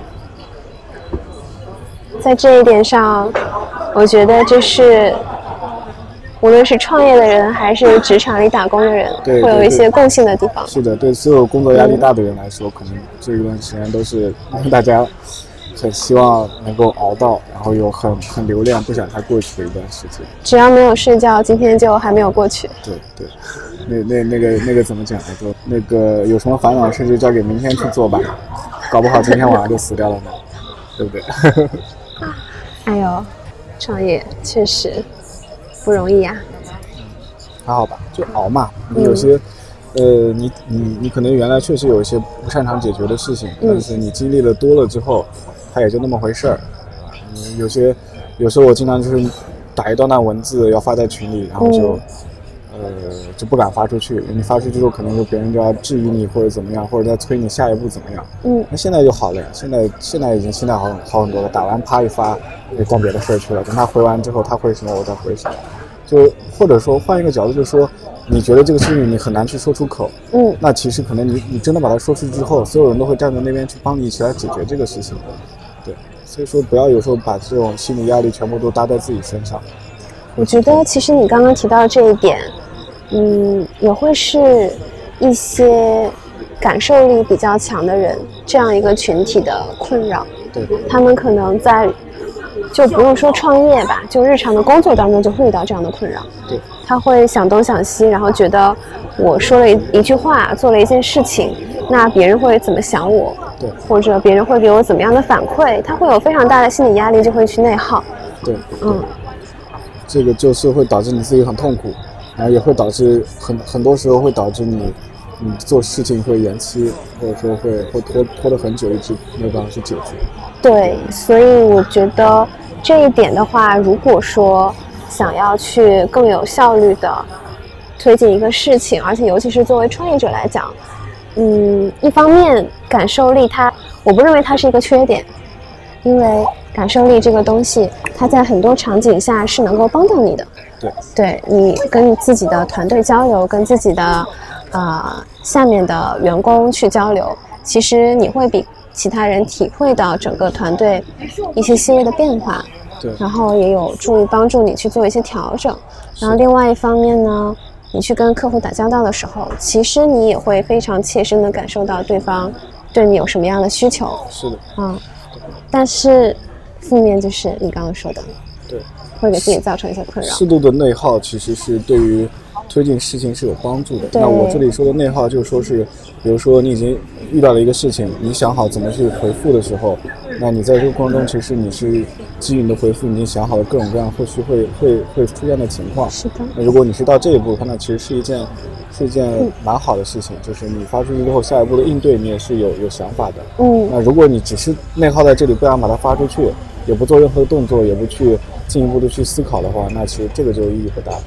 在这一点上，我觉得就是无论是创业的人还是职场里打工的人，会有一些共性的地方。 是的，对所有工作压力大的人来说，可能这一段时间都是大家很希望能够熬到，然后又很留恋，不想它过去的一段时间。 只要没有睡觉，今天就还没有过去。 对，那个怎么讲来着？那个有什么烦恼，事就交给明天去做吧，搞不好今天晚上就死掉了呢，对不对？ 哎呦，创业确实不容易啊。 还好吧，就熬嘛。你有些，你可能原来确实有一些不擅长解决的事情，但是你经历了多了之后，它也就那么回事儿。有时候我经常就是打一段文字要发在群里，然后就不敢发出去。你发出去之后，可能就别人就要质疑你或者怎么样，或者在催你下一步怎么样。那现在就好了呀，现在已经心态好很多了。打完啪一发，就干别的事儿去了。等他回完之后，他回什么我再回什么。就或者说换一个角度，就是说，你觉得这个事情你很难去说出口，那其实可能你真的把它说出去之后，所有人都会站在那边去帮你一起来解决这个事情。对，所以说不要有时候把这种心理压力全部都搭在自己身上。 我觉得其实你刚刚提到这一点，也会是一些感受力比较强的人这样一个群体的困扰。 对， 他们可能在就不用说创业吧，就日常的工作当中就会遇到这样的困扰。 对， 他会想东想西，然后觉得我说了一句话，做了一件事情，那别人会怎么想我？ 对， 或者别人会给我怎么样的反馈？他会有非常大的心理压力，就会去内耗。 对，这个就是会导致你自己很痛苦，然后也会导致很多时候会导致你做事情会延期，或者说会拖得很久，一直没有办法去解决。 对，所以我觉得这一点的话，如果说想要去更有效率的推进一个事情，而且尤其是作为创业者来讲，一方面感受力我不认为它是一个缺点，因为感受力这个东西，它在很多场景下是能够帮到你的。对，你跟你自己的团队交流，跟自己的下面的员工去交流，其实你会比其他人体会到整个团队一些细微的变化， 对， 然后也有助于帮助你去做一些调整。然后另外一方面呢，你去跟客户打交道的时候，其实你也会非常切身的感受到对方对你有什么样的需求。 是的， 但是负面就是你刚刚说的， 对， 会给自己造成一些困扰。 适度的内耗其实是对于推进事情是有帮助的。那我这里说的内耗就是说是，比如说你已经遇到了一个事情，你想好怎么去回复的时候，那你在这个过程中其实你是基于你的回复，你已经想好了各种各样后续会出现的情况。 是的。 那如果你是到这一步，那其实是一件蛮好的事情，就是你发出去之后，下一步的应对你也是有想法的。那如果你只是内耗在这里，不想把它发出去，也不做任何的动作，也不去进一步的去思考的话，那其实这个就意义不大了。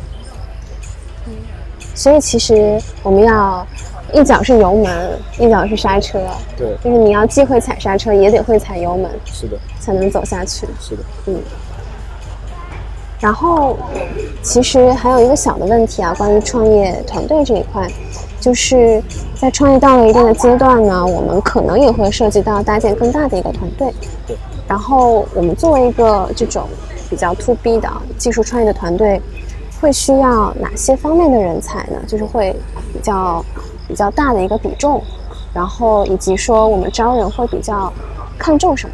所以其实我们要一脚是油门，一脚是刹车。 对， 就是你要既会踩刹车，也得会踩油门。 是的， 才能走下去。 是的， 然后其实还有一个小的问题啊，关于创业团队这一块，就是在创业到了一定的阶段呢，我们可能也会涉及到搭建更大的一个团队。 对。 然后我们作为一个这种比较 to B 的技术创业的团队，会需要哪些方面的人才呢？就是会比较大的一个比重，然后以及说我们招人会比较看重什么？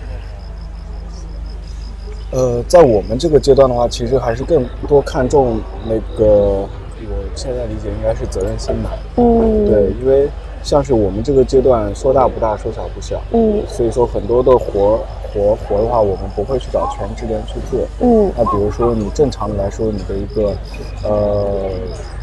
在我们这个阶段的话，其实还是更多看重那个，我现在理解应该是责任心吧。对，因为像是我们这个阶段说大不大，说小不小。所以说很多的活的话，我们不会去找全职的人去做。那比如说你正常的来说，你的一个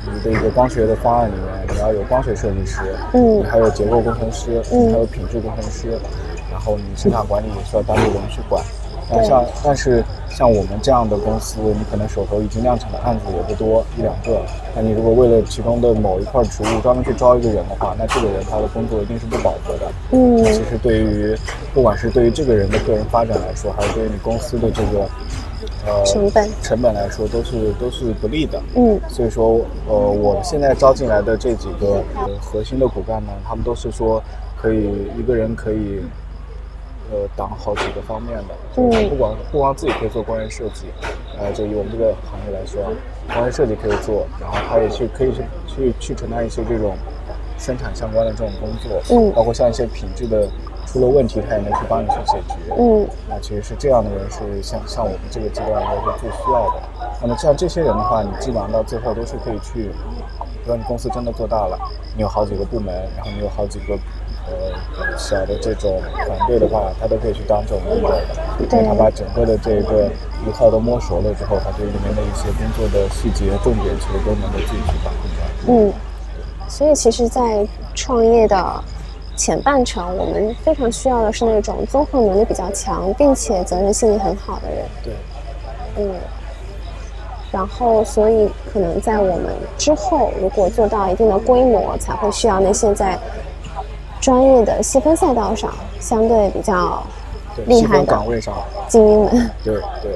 你的一个光学的方案里面，你要有光学设计师，你还有结构工程师，还有品质工程师，然后你生产管理也需要单独人去管。但是像我们这样的公司，你可能手头已经量产的案子也不多，1-2个。那你如果为了其中的某一块职务专门去招一个人的话，那这个人他的工作一定是不饱和的。其实对于不管是对于这个人的个人发展来说，还是对于你公司的这个成本来说，都是不利的。所以说我们现在招进来的这几个核心的骨干呢，他们都是说一个人可以当好几个方面的，就是不光自己可以做光学设计，就以我们这个行业来说，光学设计可以做，然后他也可以去承担一些这种生产相关的这种工作，包括像一些品质的出了问题，他也能去帮你去解决。那其实是这样的人是像我们这个阶段应该是最需要的。那么像这些人的话，你基本上到最后都是可以去，比如你公司真的做大了，你有好几个部门，然后你有好几个小的这种团队的话，他都可以去当这种领导的，因为他把整个的这个一套都摸熟了之后，他对里面的一些工作的细节重点其实都能够自己去把控住。 所以其实在创业的前半程，我们非常需要的是那种综合能力比较强并且责任心也很好的人。 对。 然后所以可能在我们之后如果做到一定的规模，才会需要那些在专业的细分赛道上相对比较厉害的岗位上精英们。 对，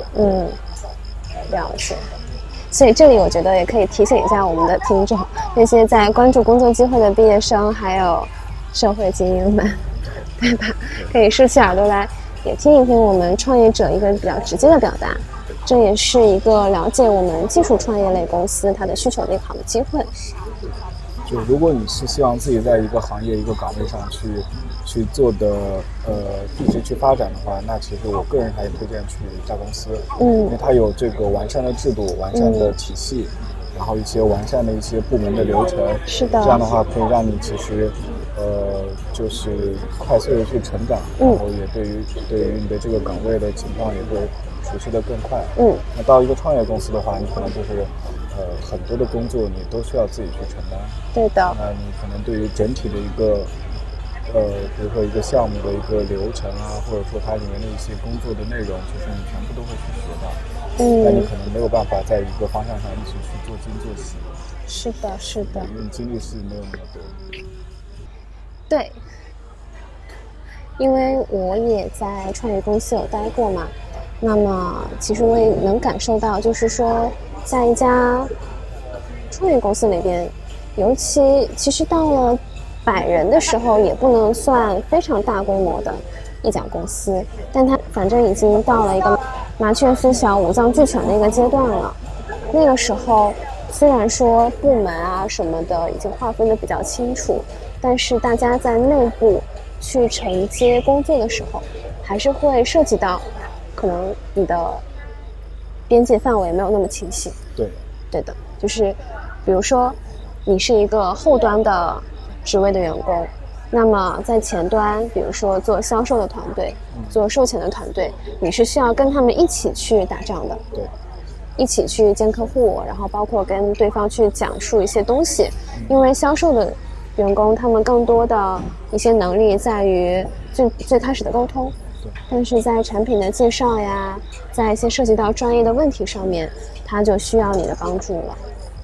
了解。所以这里我觉得也可以提醒一下我们的听众，那些在关注工作机会的毕业生还有社会精英们，对吧？可以竖起耳朵来也听一听我们创业者一个比较直接的表达，这也是一个了解我们技术创业类公司它的需求的一个好的机会。 就如果你是希望自己在一个行业一个岗位上去做的一直去发展的话，那其实我个人还是推荐去大公司，因为它有这个完善的制度、完善的体系，然后一些完善的一些部门的流程。 是的。 这样的话可以让你其实就是快速的去成长，然后也对于你的这个岗位的情况也会熟悉的更快。那到一个创业公司的话，你可能就是很多的工作你都需要自己去承担。 对的。 那你可能对于整体的一个比如说一个项目的一个流程啊，或者说它里面的一些工作的内容，其实你全部都会去学到。那你可能没有办法在一个方向上一直去做精做细。 是的， 因为你精力是没有那么多。 对，因为我也在创业公司有待过嘛，那么其实我也能感受到，就是说在一家创业公司里边，尤其其实到了100人的时候，也不能算非常大规模的一家公司，但它反正已经到了一个麻雀虽小五脏俱全的一个阶段了。那个时候虽然说部门啊什么的已经划分的比较清楚，但是大家在内部去承接工作的时候，还是会涉及到可能你的边界范围没有那么清晰。对的，就是比如说你是一个后端的职位的员工，那么在前端比如说做销售的团队，做售前的团队，你是需要跟他们一起去打仗的。 对， 一起去见客户，然后包括跟对方去讲述一些东西，因为销售的员工他们更多的一些能力在于最开始的沟通，但是在产品的介绍呀，在一些涉及到专业的问题上面，他就需要你的帮助了。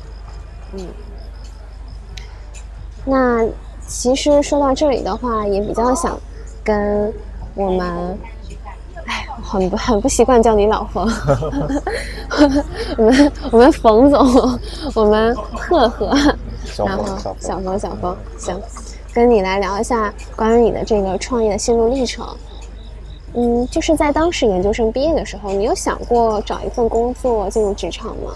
那其实说到这里的话，也比较想跟我们很不习惯叫你老冯我们冯总，我们赫，然后小冯，行，跟你来聊一下关于你的这个创业的心路历程。就是在当时研究生毕业的时候，你有想过找一份工作进入职场吗？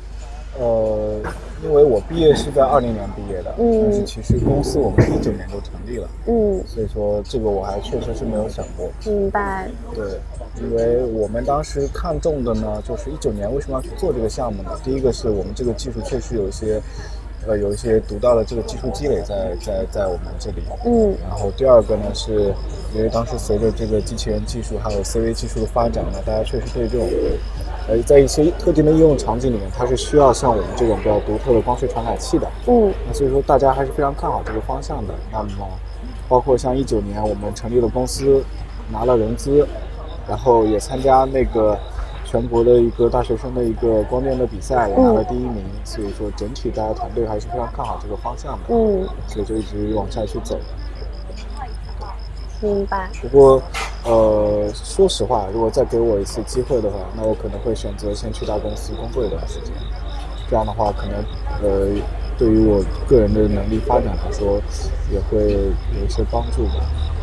因为我毕业是在2020年毕业的，但是其实公司我们是19年就成立了，所以说这个我还确实是没有想过。 明白。 对，因为我们当时看中的呢，就是19年为什么要去做这个项目呢？第一个是我们这个技术确实有一些独到的这个技术积累在我们这里，然后第二个呢，是因为当时随着这个机器人技术还有 CV 技术的发展呢，大家确实对这种在一些特定的应用场景里面，它是需要像我们这种比较独特的光学传感器的。那所以说大家还是非常看好这个方向的。那么包括像19年我们成立了公司，拿了融资，然后也参加那个全国的一个大学生的一个光电的比赛，也拿了第1名。所以说整体大家团队还是非常看好这个方向的。所以就一直往下去走。 明白。 不过说实话，如果再给我一次机会的话，那我可能会选择先去大公司工作一段时间。这样的话，可能对于我个人的能力发展来说，也会有一些帮助吧。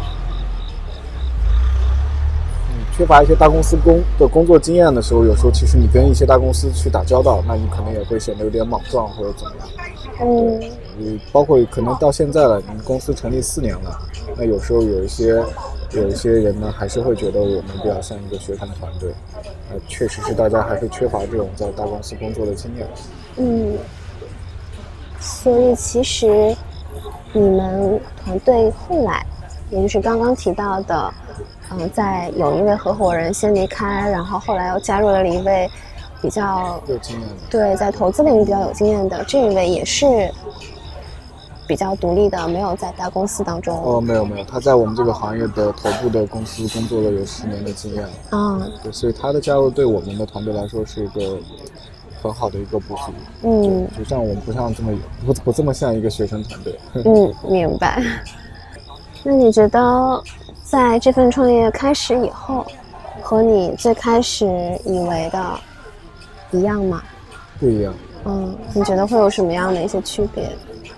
缺乏一些大公司工作经验的时候，有时候其实你跟一些大公司去打交道，那你可能也会显得有点莽撞或者怎么样。包括可能到现在了，你公司成立4年了，那有时候有一些人呢，还是会觉得我们比较像一个学生团队。确实是大家还是缺乏这种在大公司工作的经验。 所以其实你们团队后来，也就是刚刚提到的，在有一位合伙人先离开，然后后来又加入了一位比较有经验的， 对，在投资领域比较有经验的这一位，也是比较独立的，没有在大公司当中。 没有，他在我们这个行业的头部的公司工作了有10年的经验了。对，所以他的加入对我们的团队来说是一个很好的一个补足。就像我们不这么像一个学生团队。 明白。那你觉得在这份创业开始以后，和你最开始以为的一样吗？ 不一样。 你觉得会有什么样的一些区别？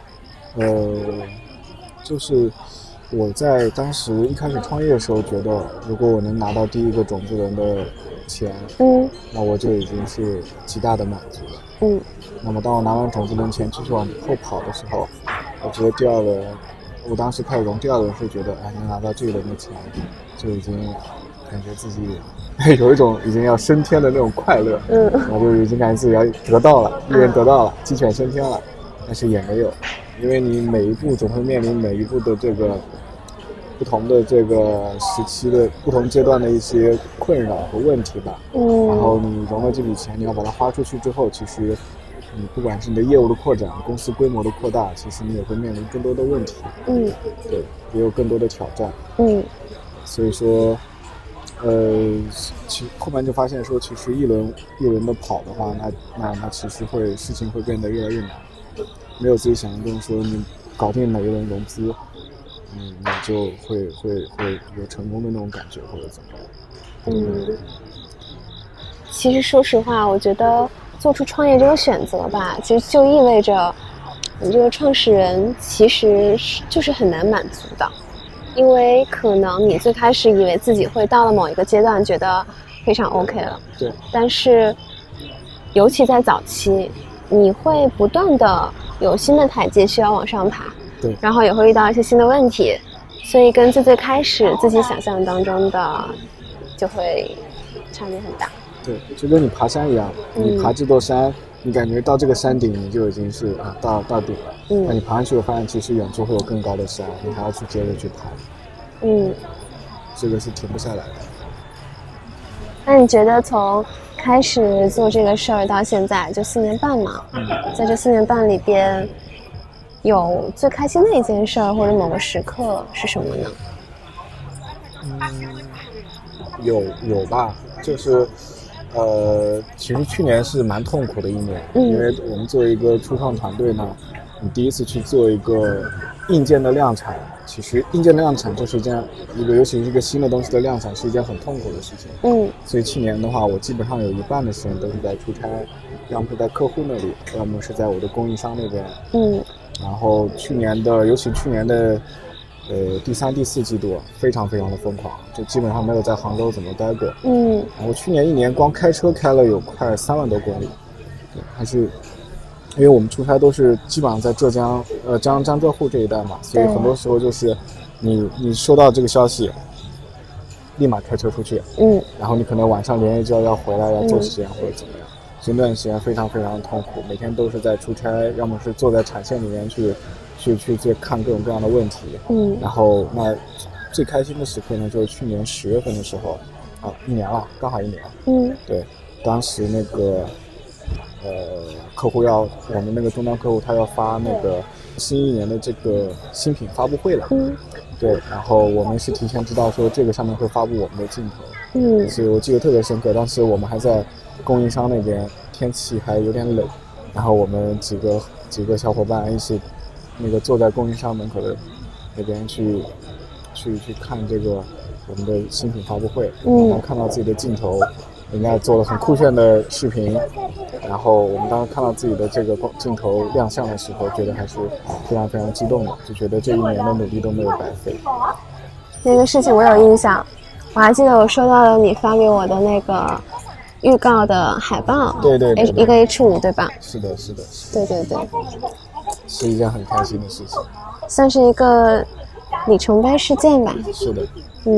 就是我在当时一开始创业的时候，觉得如果我能拿到第一个种子人的钱，那我就已经是极大的满足了。那么当我拿完种子人钱继续往后跑的时候，我觉得我当时开始融第2轮是觉得，能拿到这一轮的钱，就已经感觉自己有一种已经要升天的那种快乐。我就已经感觉自己要得到了，一人得到了，鸡犬升天了。但是也没有，因为你每一步总会面临每一步的这个不同的这个时期的不同阶段的一些困扰和问题吧。然后你融了这笔钱，你要把它花出去之后，其实你不管是你的业务的扩展，公司规模的扩大，其实你也会面临更多的问题。对，也有更多的挑战。所以说其实后面就发现说，其实一轮的跑的话，那其实事情会变得越来越难。没有自己想象中说你搞定哪一轮融资，你就会有成功的那种感觉或者怎么样。 其实说实话，我觉得做出创业这个选择吧，其实就意味着你这个创始人其实就是很难满足的。因为可能你最开始以为自己会到了某一个阶段觉得非常 OK 了， 对， 但是尤其在早期，你会不断的有新的台阶需要往上爬， 对， 然后也会遇到一些新的问题，所以跟最开始自己想象当中的就会差别很大。 对，就跟你爬山一样，你爬这座山，你感觉到这个山顶你就已经是到顶了，那你爬上去我发现其实远处会有更高的山，你还要去接着去爬。这个是停不下来的。 那你觉得从开始做这个事儿到现在就4年半嘛，在这4年半里边有最开心的一件事儿或者某个时刻是什么呢？ 有吧，就是其实去年是蛮痛苦的一年，因为我们作为一个初创团队呢，你第一次去做一个硬件的量产，其实硬件的量产就是尤其是一个新的东西的量产是一件很痛苦的事情。所以去年的话，我基本上有一半的时间都是在出差，要么是在客户那里，要么是在我的供应商那边。然后尤其去年的第3、第4季度非常非常的疯狂，就基本上没有在杭州怎么待过。然后去年1年光开车开了有快3万多公里。对，还是因为我们出差都是基本上在浙江江浙沪这一带嘛，所以很多时候就是你收到这个消息立马开车出去，然后你可能晚上连夜就要回来要做实验或者怎么样，所以那段时间非常非常痛苦，每天都是在出差，要么是坐在产线里面去看各种各样的问题。然后那最开心的时刻呢，就是去年10月份的时候，1年了，刚好1年。对， 当时那个客户我们那个终端客户他要发那个新一年的这个新品发布会了，对，然后我们是提前知道说这个上面会发布我们的镜头，所以我记得特别深刻。当时我们还在供应商那边，天气还有点冷，然后我们几个小伙伴一起那个坐在供应商门口的那边去看这个我们的新品发布会，然后看到自己的镜头，人家做了很酷炫的视频，然后我们当时看到自己的这个镜头亮相的时候，觉得还是非常非常激动的，就觉得这一年的努力都没有白费。 那个事情我有印象，我还记得我收到了你发给我的那个预告的海报， 对， 一个 H5 对吧？ 是的， 对， 是一件很开心的事情， 算是一个里程碑事件吧。 是的，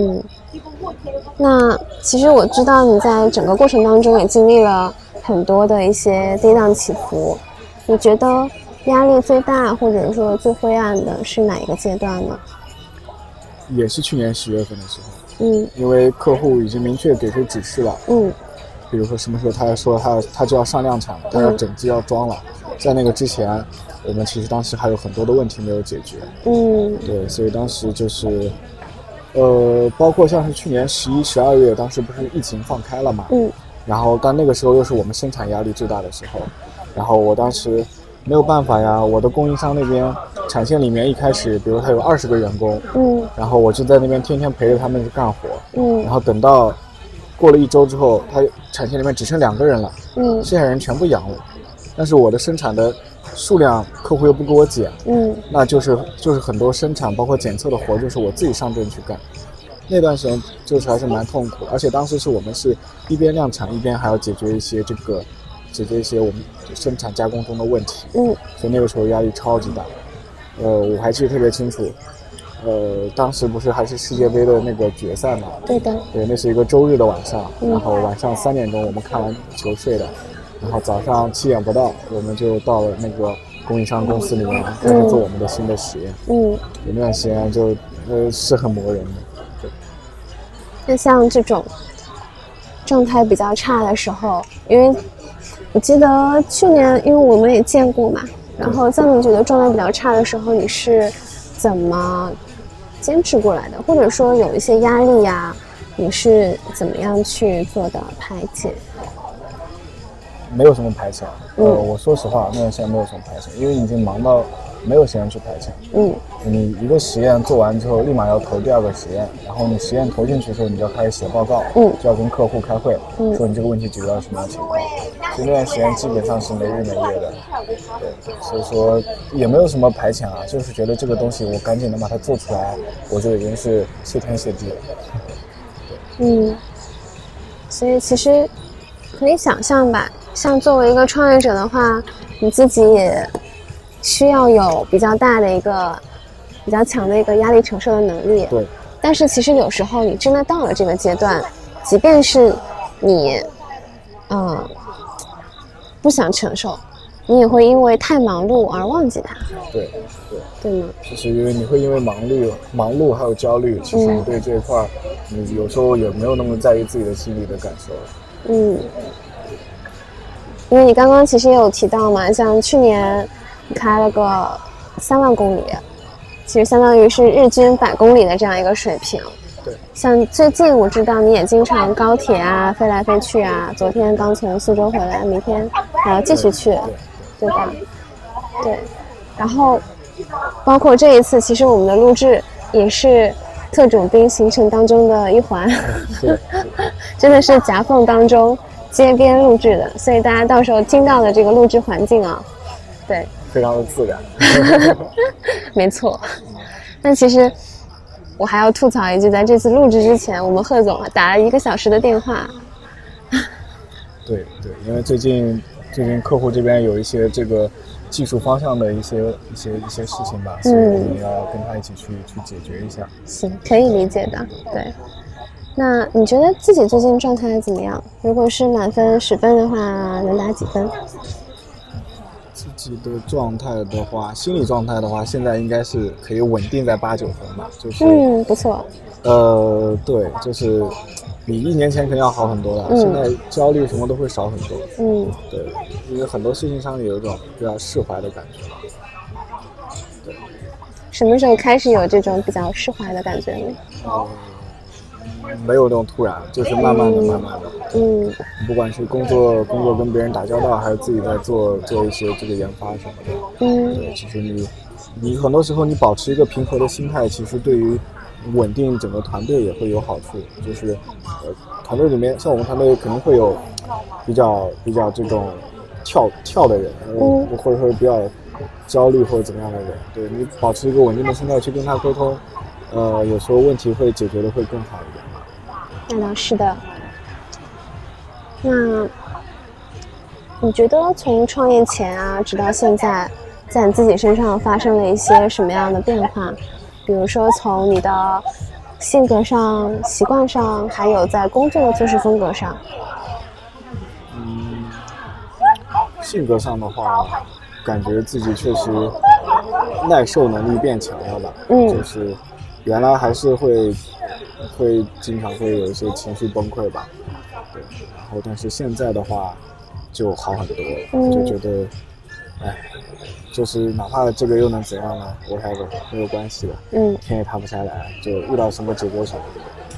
那其实我知道你在整个过程当中也经历了很多的一些跌宕起伏，你觉得压力最大或者说最灰暗的是哪一个阶段呢？ 也是去年10月份的时候，因为客户已经明确给出指示了，比如说什么时候他说他就要上量产了，他要整机要装了，在那个之前，我们其实当时还有很多的问题没有解决，对，所以当时就是包括像是去年11、12月，当时不是疫情放开了嘛，然后但那个时候又是我们生产压力最大的时候，然后我当时没有办法呀，我的供应商那边产线里面一开始，比如他有20个员工，然后我就在那边天天陪着他们干活，然后等到过了1周之后，他产线里面只剩2个人了，剩下人全部阳了，但是我的生产的数量客户又不给我减，那就是很多生产包括检测的活就是我自己上阵去干，那段时间就是还是蛮痛苦的，而且当时是我们是一边量产一边还要解决一些我们生产加工中的问题，所以那个时候压力超级大，我还记得特别清楚，当时不是还是世界杯的那个决赛嘛？ 对的。 对，那是一个周日的晚上，然后晚上3点钟我们看完球睡的，然后早上7点不到我们就到了那个供应商公司里面开始做我们的新的实验。有那段时间就是很磨人的。对。 那像这种状态比较差的时候，因为我记得去年因为我们也见过嘛，然后在你觉得状态比较差的时候，你是怎么坚持过来的？或者说有一些压力呀，你是怎么样去做的排解？ 没有什么排遣，我说实话，那段时间没有什么排遣，因为已经忙到没有时间去排遣。你一个实验做完之后，立马要投第2个实验，然后你实验投进去之后，你就要开始写报告，就要跟客户开会，说你这个问题解决到什么样的情况。所以那段时间基本上是没日没夜的，对，所以说也没有什么排遣啊，就是觉得这个东西我赶紧能把它做出来，我就已经是谢天谢地了。 所以其实可以想象吧，像作为一个创业者的话，你自己也需要有比较大的一个比较强的一个压力承受的能力。 对。 但是其实有时候你真的到了这个阶段，即便是你不想承受，你也会因为太忙碌而忘记它。对吗？ 就是因为你会因为忙碌还有焦虑，其实你对这一块你有时候也没有那么在意自己的心理的感受。 因为你刚刚其实也有提到嘛，像去年你开了个3万公里，其实相当于是日均100公里的这样一个水平。 对。像最近我知道你也经常高铁啊飞来飞去啊，昨天刚从苏州回来，明天还要继续去，对吧？对。然后包括这一次，其实我们的录制也是特种兵行程当中的一环，真的是夹缝当中街边录制的，所以大家到时候听到的这个录制环境啊，对， 非常的自然。 没错。但其实我还要吐槽一句，在这次录制之前，我们贺总打了1个小时的电话。 对，因为最近客户这边有一些这个技术方向的一些事情吧，所以我们要跟他一起去解决一下。 行，可以理解的。对。那你觉得自己最近状态怎么样？如果是满分10分的话，能打几分？ 自己的状态的话，心理状态的话，现在应该是可以稳定在8、9分吧，就是不错。 对，就是比1年前肯定要好很多了。现在焦虑什么都会少很多。对，因为很多事情上有一种比较释怀的感觉。对。 什么时候开始有这种比较释怀的感觉呢？ 没有那种突然，就是慢慢的。不管是工作跟别人打交道，还是自己在做一些这个研发什么的。对，其实你很多时候你保持一个平和的心态，其实对于稳定整个团队也会有好处。就是团队里面，像我们团队肯定会有比较这种跳的人，或者说比较焦虑或者怎么样的人。对，你保持一个稳定的心态去跟他沟通，有时候问题会解决的会更好一点。 那倒是的。那你觉得从创业前啊，直到现在，在你自己身上发生了一些什么样的变化？比如说从你的性格上、习惯上，还有在工作的做事风格上。 性格上的话，感觉自己确实耐受能力变强了吧。就是原来还是会经常会有一些情绪崩溃吧。对，然后但是现在的话就好很多。就觉得就是哪怕这个又能怎样呢？whatever，没有关系的。天也塌不下来，就遇到什么解决什么。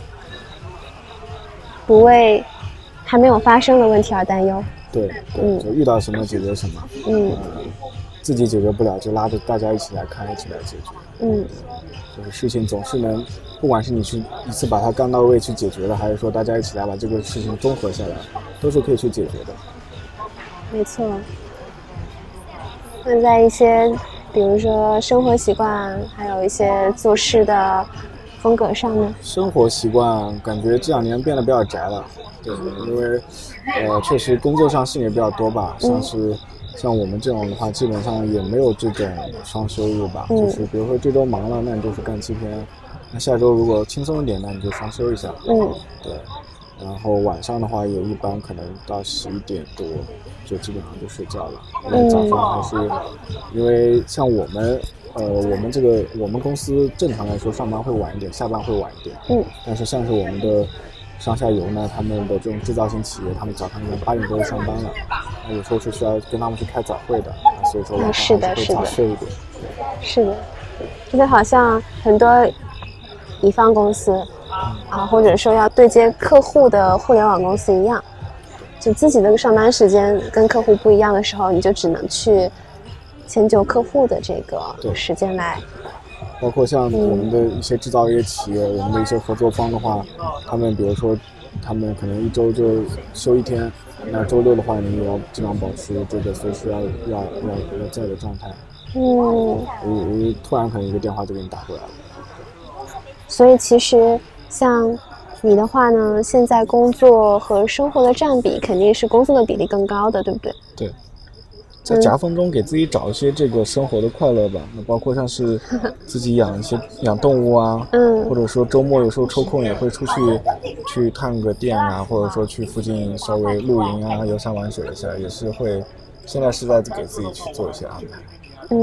不为还没有发生的问题而担忧。 对，就遇到什么解决什么。自己解决不了就拉着大家一起来看，一起来解决。就是事情总是能，不管是你去一次把它干到位去解决了，还是说大家一起来把这个事情综合下来，都是可以去解决的。 没错。那在一些比如说生活习惯，还有一些做事的风格上呢？生活习惯感觉这2年变得比较宅了。对，因为确实工作上事情也比较多吧。像我们这种的话，基本上也没有这种双休日吧。就是比如说这周忙了，那你就是干7天，那下周如果轻松一点，那你就双休一下。对。然后晚上的话，也一般可能到11点多就基本上就睡觉了。因为早上还是，因为像我们公司正常来说上班会晚一点，下班会晚一点。但是像是我们的上下游呢，他们的这种制造型企业，他们早上8点多就上班了，那有时候是需要跟他们去开早会的，所以说晚上还是会早睡一点。是的， 这就好像很多乙方公司或者说要对接客户的互联网公司一样，就自己的上班时间跟客户不一样的时候，你就只能去迁就客户的这个时间来。 包括像我们的一些制造业企业，我们的一些合作方的话，他们比如说他们可能1周就休1天，那周六的话你也要尽量保持这个随时要在的状态。突然可能一个电话就给你打过来了。 所以其实像你的话呢，现在工作和生活的占比肯定是工作的比例更高的，对不对？ 对，在夹缝中给自己找一些这个生活的快乐吧。那包括像是自己养动物啊，或者说周末有时候抽空也会出去探个店啊，或者说去附近稍微露营啊、游山玩水一下，也是会。现在是在给自己去做一些安排。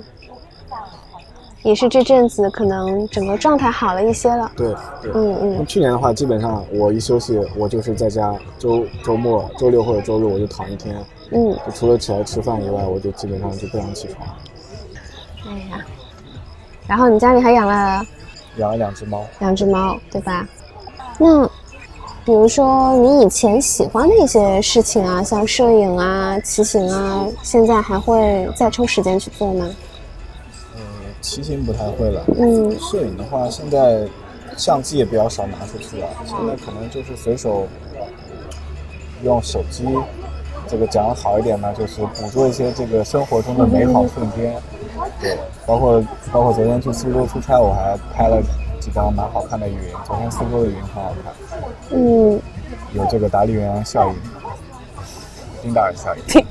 也是这阵子可能整个状态好了一些了。 对。去年的话，基本上我一休息，我就是在家周末、周六或者周日我就躺1天。就除了起来吃饭以外，我就基本上就不想起床。 哎呀，然后你家里还养了 2只猫。 2只猫，对吧？那比如说你以前喜欢的一些事情啊，像摄影啊、骑行啊，现在还会再抽时间去做吗？ 骑行不太会了。摄影的话，现在相机也比较少拿出去了，现在可能就是随手用手机，这个讲得好一点呢，就是捕捉一些这个生活中的美好瞬间。对，包括昨天去苏州出差，我还拍了几张蛮好看的云。昨天苏州的云很好看。有这个达利园效应，丁达尔效应。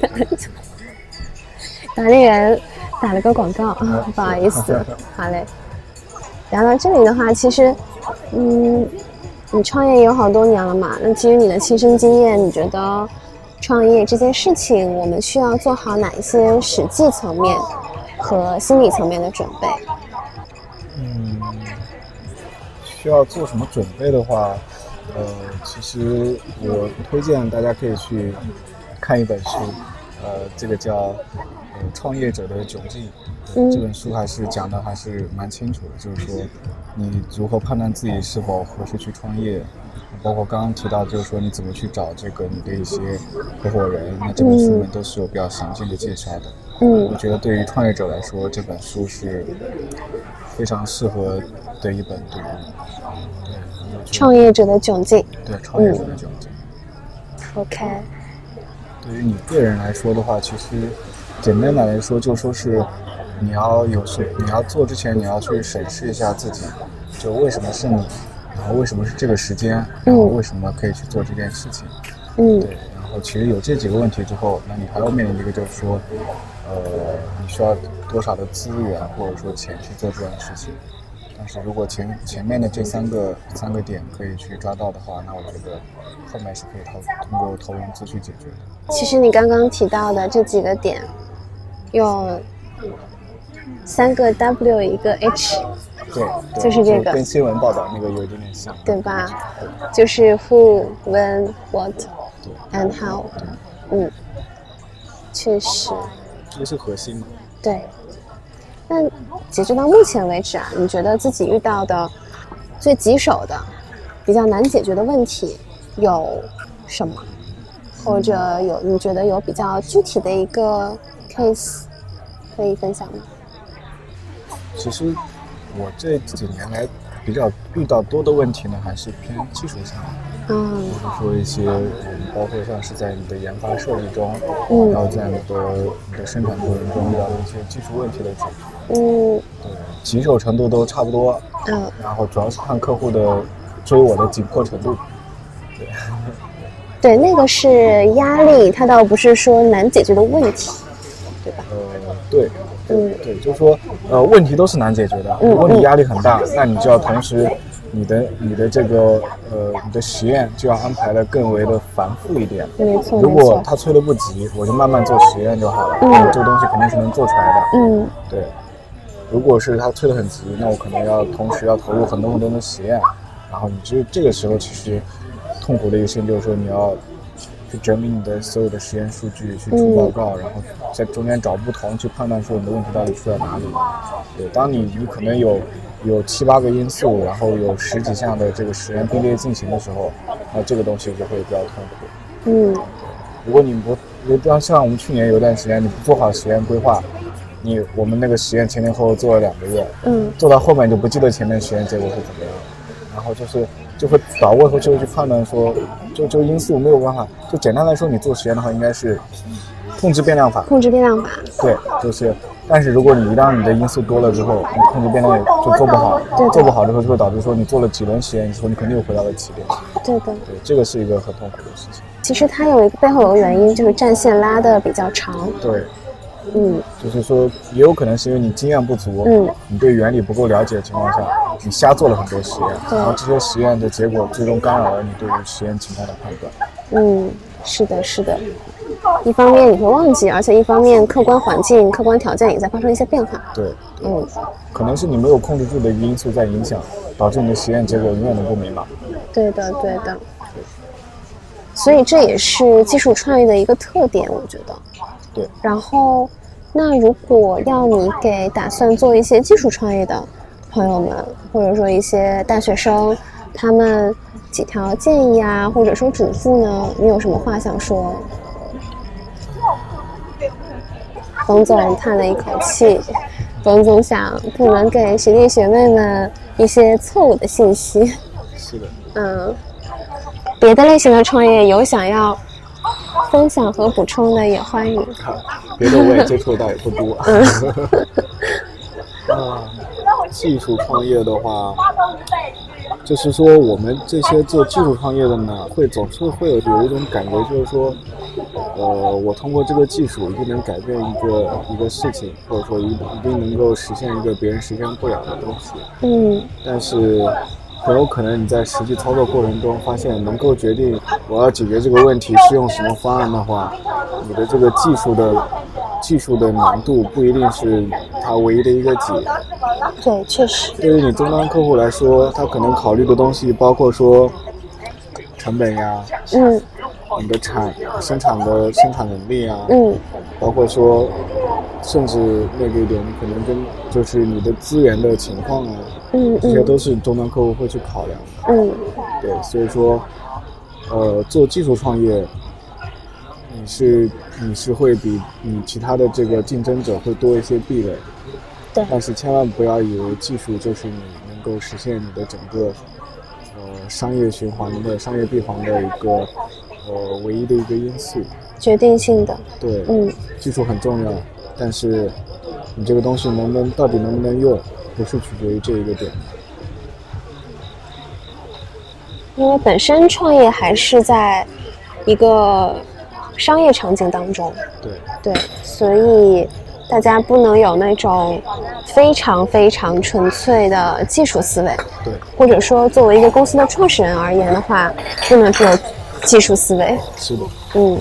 达利园打了个广告，不好意思。好嘞。聊到这里的话，其实你创业也有好多年了嘛，那基于你的亲身经验，你觉得创业这件事情我们需要做好哪一些实际层面和心理层面的准备？ 需要做什么准备的话， 其实我推荐大家可以去看一本书，这个叫创业者的窘境。这本书还是讲的还是蛮清楚的，就是说你如何判断自己是否合适去创业，包括刚刚提到就是说你怎么去找这个你的一些合伙人，那这本书里面都是有比较详尽的介绍的。我觉得对于创业者来说，这本书是非常适合的一本读物。对， 创业者的窘境。 对，创业者的窘境。 OK。 对于你个人来说的话，其实简单的来说，就说是你要做之前，你要去审视一下自己，就为什么是你，然后为什么是这个时间，然后为什么可以去做这件事情。对，然后其实有这几个问题之后，那你还要面临一个就是说，你需要多少的资源或者说钱去做这件事情。但是如果前面的这三个点可以去抓到的话，那我觉得后面是可以通过投融资去解决的。 其实你刚刚提到的这几个点，用3个 W 1个 H， 对， 就是这个， 跟新闻报道那个有一点点像， 对吧？就是 Who, When, What, and How。确实， 这是核心嘛。 对。那截止到目前为止啊，你觉得自己遇到的最棘手的、比较难解决的问题有什么？或者你觉得有比较具体的一个 case 可以分享吗？ 其实我这几年来比较遇到多的问题呢，还是偏技术上的。就是说一些包括像是在你的研发设计中，然后在你的生产过程中遇到的一些技术问题的解决。对，棘手程度都差不多。然后主要是看客户的追我的紧迫程度。 对，那个是压力，它倒不是说难解决的问题，对吧？ 对，就是说问题都是难解决的。如果你压力很大，那你就要同时你的这个你的实验就要安排的更为的繁复一点。 没错。 如果他催得不急，我就慢慢做实验就好了。这个东西肯定是能做出来的。对。如果是他催得很急，那我可能要同时要投入很多的实验，然后你这个时候其实痛苦的一个事情就是说你要去整理你的所有的实验数据，去出报告，然后在中间找不同，去判断说你的问题到底出在哪里。对，当你可能有7、8个因素，然后有10几项的这个实验并列进行的时候，那这个东西就会比较痛苦。如果你不像我们去年有段时间你不做好实验规划，我们那个实验前后做了2个月，做到后面就不记得前面实验结果是怎么样，然后就会把握就去判断说，就因素没有办法，就简单来说，你做实验的话应该是控制变量法。对，就是，但是如果一旦你的因素多了之后，你控制变量就做不好，做不好之后就会导致说你做了几轮实验之后，你肯定又回到了起点。 对的。 对，这个是一个很痛苦的事情。 其实它背后有个原因，就是战线拉得比较长。 对。就是说也有可能是因为你经验不足，你对原理不够了解的情况下，你瞎做了很多实验，然后这些实验的结果最终干扰了你对于实验情况的判断。 是的。一方面你会忘记，而且一方面客观环境、客观条件也在发生一些变化。 对。可能是你没有控制住的一个因素在影响，导致你的实验结果永远都不明朗。 对的。所以这也是技术创业的一个特点，我觉得。 对。 然后，那如果要你给打算做一些技术创业的朋友们，或者说一些大学生，他们几条建议啊，或者说嘱咐呢，你有什么话想说？冯总叹了一口气，冯总想不能给学弟学妹们一些错误的信息。 是的。 别的类型的创业有想要分享和补充的也欢迎。 别的我也接触到也不多。技术创业的话，就是说我们这些做技术创业的呢，总是会有一种感觉，就是说，我通过这个技术一定能改变一个事情，或者说一定能够实现一个别人实现不了的东西。但是很有可能你在实际操作过程中发现，能够决定我要解决这个问题是用什么方案的话，你的这个技术的难度不一定是它唯一的一个解。 对，确实。 对于你终端客户来说，他可能考虑的东西包括说， 成本呀，你的生产能力啊，包括说甚至那个一点可能跟就是你的资源的情况啊，这些都是终端客户会去考量的。对，所以说做技术创业你是会比你其他的这个竞争者会多一些壁垒。 对， 但是千万不要以为技术就是你能够实现你的整个商业循环的商业闭环的一个唯一的一个因素， 决定性的。 对，技术很重要，但是你这个东西到底能不能用，不是取决于这一个点。 因为本身创业还是在一个商业场景当中，对，所以大家不能有那种非常非常纯粹的技术思维， 对， 或者说作为一个公司的创始人而言的话，不能只有技术思维。 是的，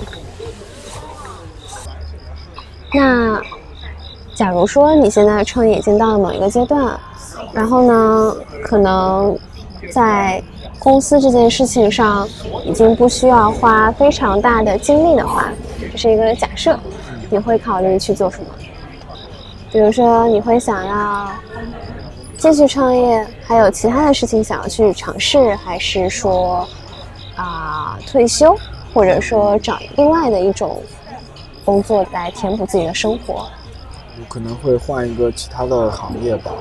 那假如说你现在创业已经到了某一个阶段，然后呢，可能在公司这件事情上已经不需要花非常大的精力的话，这是一个假设，你会考虑去做什么？比如说你会想要继续创业，还有其他的事情想要去尝试，还是说退休，或者说找另外的一种工作来填补自己的生活？ 我可能会换一个其他的行业吧。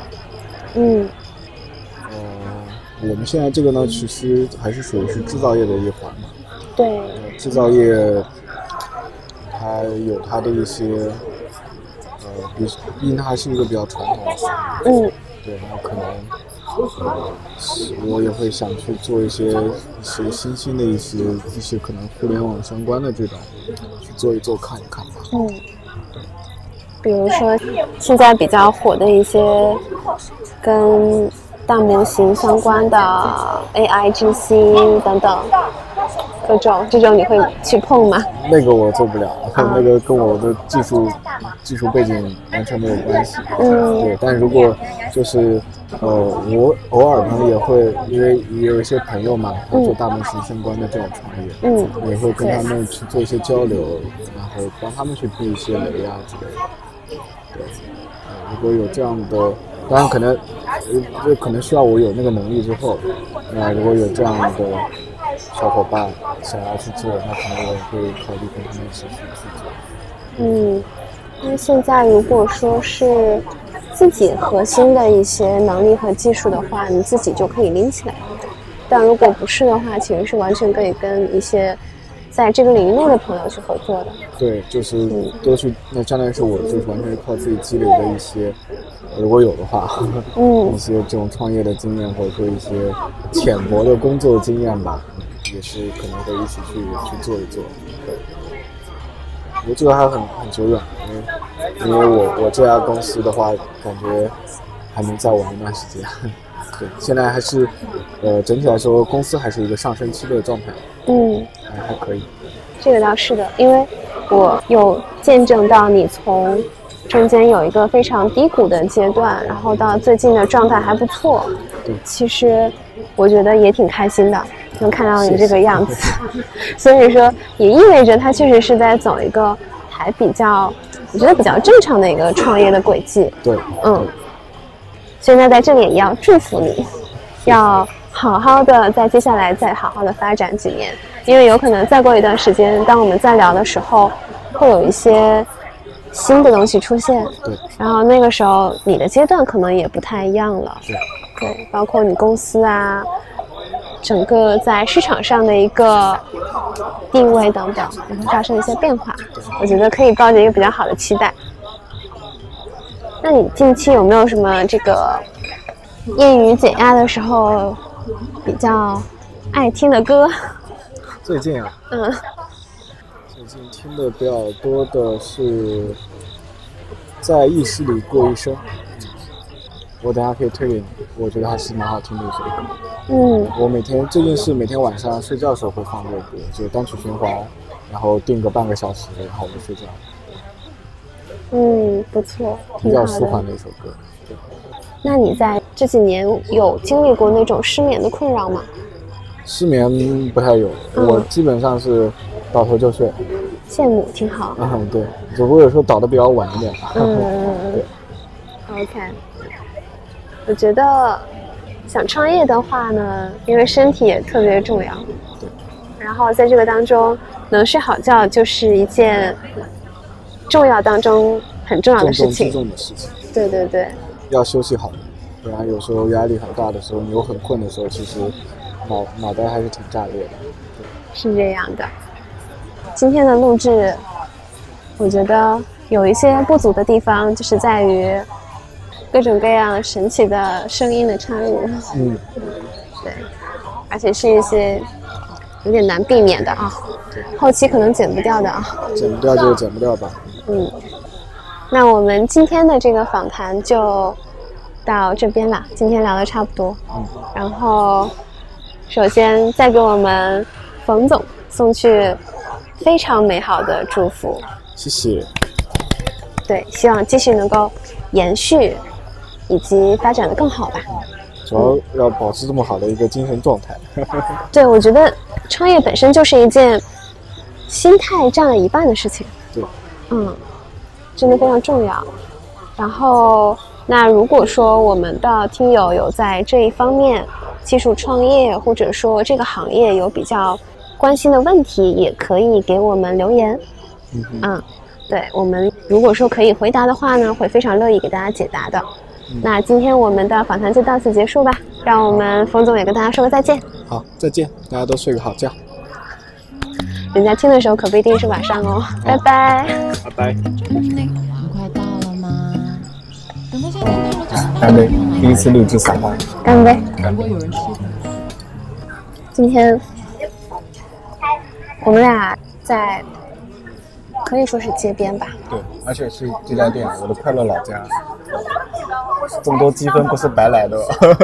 我们现在这个呢，其实还是属于是制造业的一环嘛。 对， 制造业它有它的一些毕竟它还是一个比较传统的行业。对，那可能我也会想去做一些新兴的一些可能互联网相关的这种去做一做看一看吧。 比如说现在比较火的一些跟大模型相关的 AIGC 等等各种，这种你会去碰吗？ 那个我做不了，那个跟我的技术背景完全没有关系。对，但如果就是我偶尔呢也会，因为也有一些朋友嘛，做大模型相关的这种创业，也会跟他们去做一些交流，然后帮他们去布一些雷啊之类的。对，如果有这样的，当然可能需要我有那个能力之后，那如果有这样的小伙伴想要去做，那可能我也会考虑跟他们一起去做。 因为现在如果说是自己核心的一些能力和技术的话，你自己就可以拎起来，但如果不是的话，其实是完全可以跟一些在这个领域内的朋友去合作的。对， 就是都是那相当于是我就是完全是靠自己积累的一些，如果有的话，一些这种创业的经验，或者说一些浅薄的工作经验吧，也是可能会一起去做一做。对，我觉得这个还很久远，因为我这家公司的话，感觉还能再玩一段时间。对，现在还是整体来说公司还是一个上升期的状态。还可以。 这个倒是的，因为我有见证到你从中间有一个非常低谷的阶段，然后到最近的状态还不错。 对， 其实我觉得也挺开心的，能看到你这个样子。所以说也意味着他确实是在走一个还比较，我觉得比较正常的一个创业的轨迹。 对， 所以呢，在这里也要祝福你，要好好的在接下来再好好的发展几年，因为有可能再过一段时间，当我们再聊的时候，会有一些新的东西出现。 对， 然后那个时候你的阶段可能也不太一样了。对，包括你公司啊，整个在市场上的一个定位等等，也会发生一些变化。我觉得可以抱着一个比较好的期待。那你近期有没有什么这个业余减压的时候比较爱听的歌？ 最近啊，最近听的比较多的是在意识里过一生。我等下可以推给你，我觉得还是蛮好听的一首歌。我最近是每天晚上睡觉的时候会放这个歌，就单曲循环，然后定个半个小时，然后我就睡觉。 不错， 比较舒缓的一首歌。对。 那你在这几年有经历过那种失眠的困扰吗？ 失眠不太有，我基本上是倒头就睡。 羡慕，挺好。 对，只不过有时候倒的比较晚一点。对。 OK， 我觉得想创业的话呢，因为身体也特别重要。 对。 然后在这个当中，能睡好觉就是一件重要当中很重要的事情。 重中之重的事情。 对对对。要休息好，不然有时候压力很大的时候，你又很困的时候，其实脑袋还是挺炸裂的。 是这样的。今天的录制，我觉得有一些不足的地方，就是在于各种各样神奇的声音的插入。对，而且是一些有点难避免的啊，后期可能剪不掉的啊。 剪不掉就剪不掉吧。 那我们今天的这个访谈就到这边了，今天聊得差不多。然后首先再给我们冯总送去非常美好的祝福。 谢谢。 对，希望继续能够延续以及发展得更好吧。 主要要保持这么好的一个精神状态。 对，我觉得创业本身就是一件心态占了一半的事情。 对。 真的非常重要。然后那如果说我们的听友有在这一方面技术创业，或者说这个行业有比较关心的问题，也可以给我们留言。对，我们如果说可以回答的话呢，会非常乐意给大家解答的。那今天我们的访谈就到此结束吧，让我们冯总也跟大家说个再见。 好，再见，大家都睡个好觉。 人家听的时候可不一定是晚上哦。拜拜。 拜拜。 快到了吗？等大家听到了就干杯！第一次录制撒花。 干杯！ 干杯！有人吃的。 今天我们俩在可以说是街边吧。 对，而且是这家店，我的快乐老家。这么多积分不是白来的。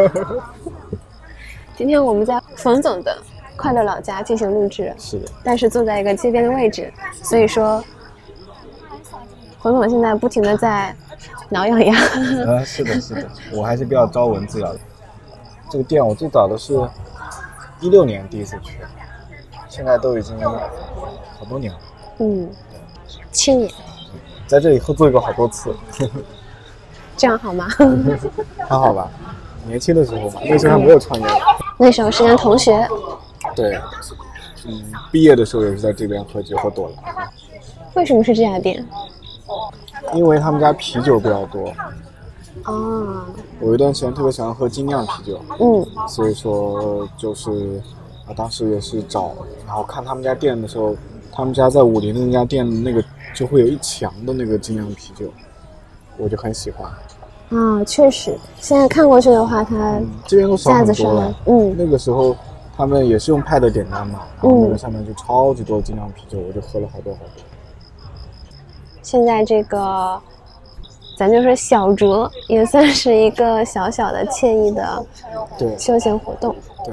今天我们在冯总的快乐老家进行录制， 是的， 但是坐在一个街边的位置，所以说冯总现在不停的在挠痒痒。 是的，是的，我还是比较招文字了。这个店我最早的是16年第一次去，现在都已经好多年了。 7年， 在这里合作过好多次。 这样好吗？ 还好吧，年轻的时候嘛，那时候还没有创业。 那时候是跟同学。 对，毕业的时候也是在这边喝酒喝多了。 为什么是这家店？ 因为他们家啤酒比较多。我有一段时间特别喜欢喝精酿啤酒。所以说就是当时也是找，然后看他们家店的时候，他们家在武林的那家店那个就会有一墙的那个精酿啤酒，我就很喜欢。 确实，现在看过去的话，它这边都少很多了。那个时候他们也是用 pad 点单嘛，然后那个上面就超级多精酿啤酒，我就喝了好多好多。 现在这个咱就说小酌，也算是一个小小的惬意的休闲活动。 对，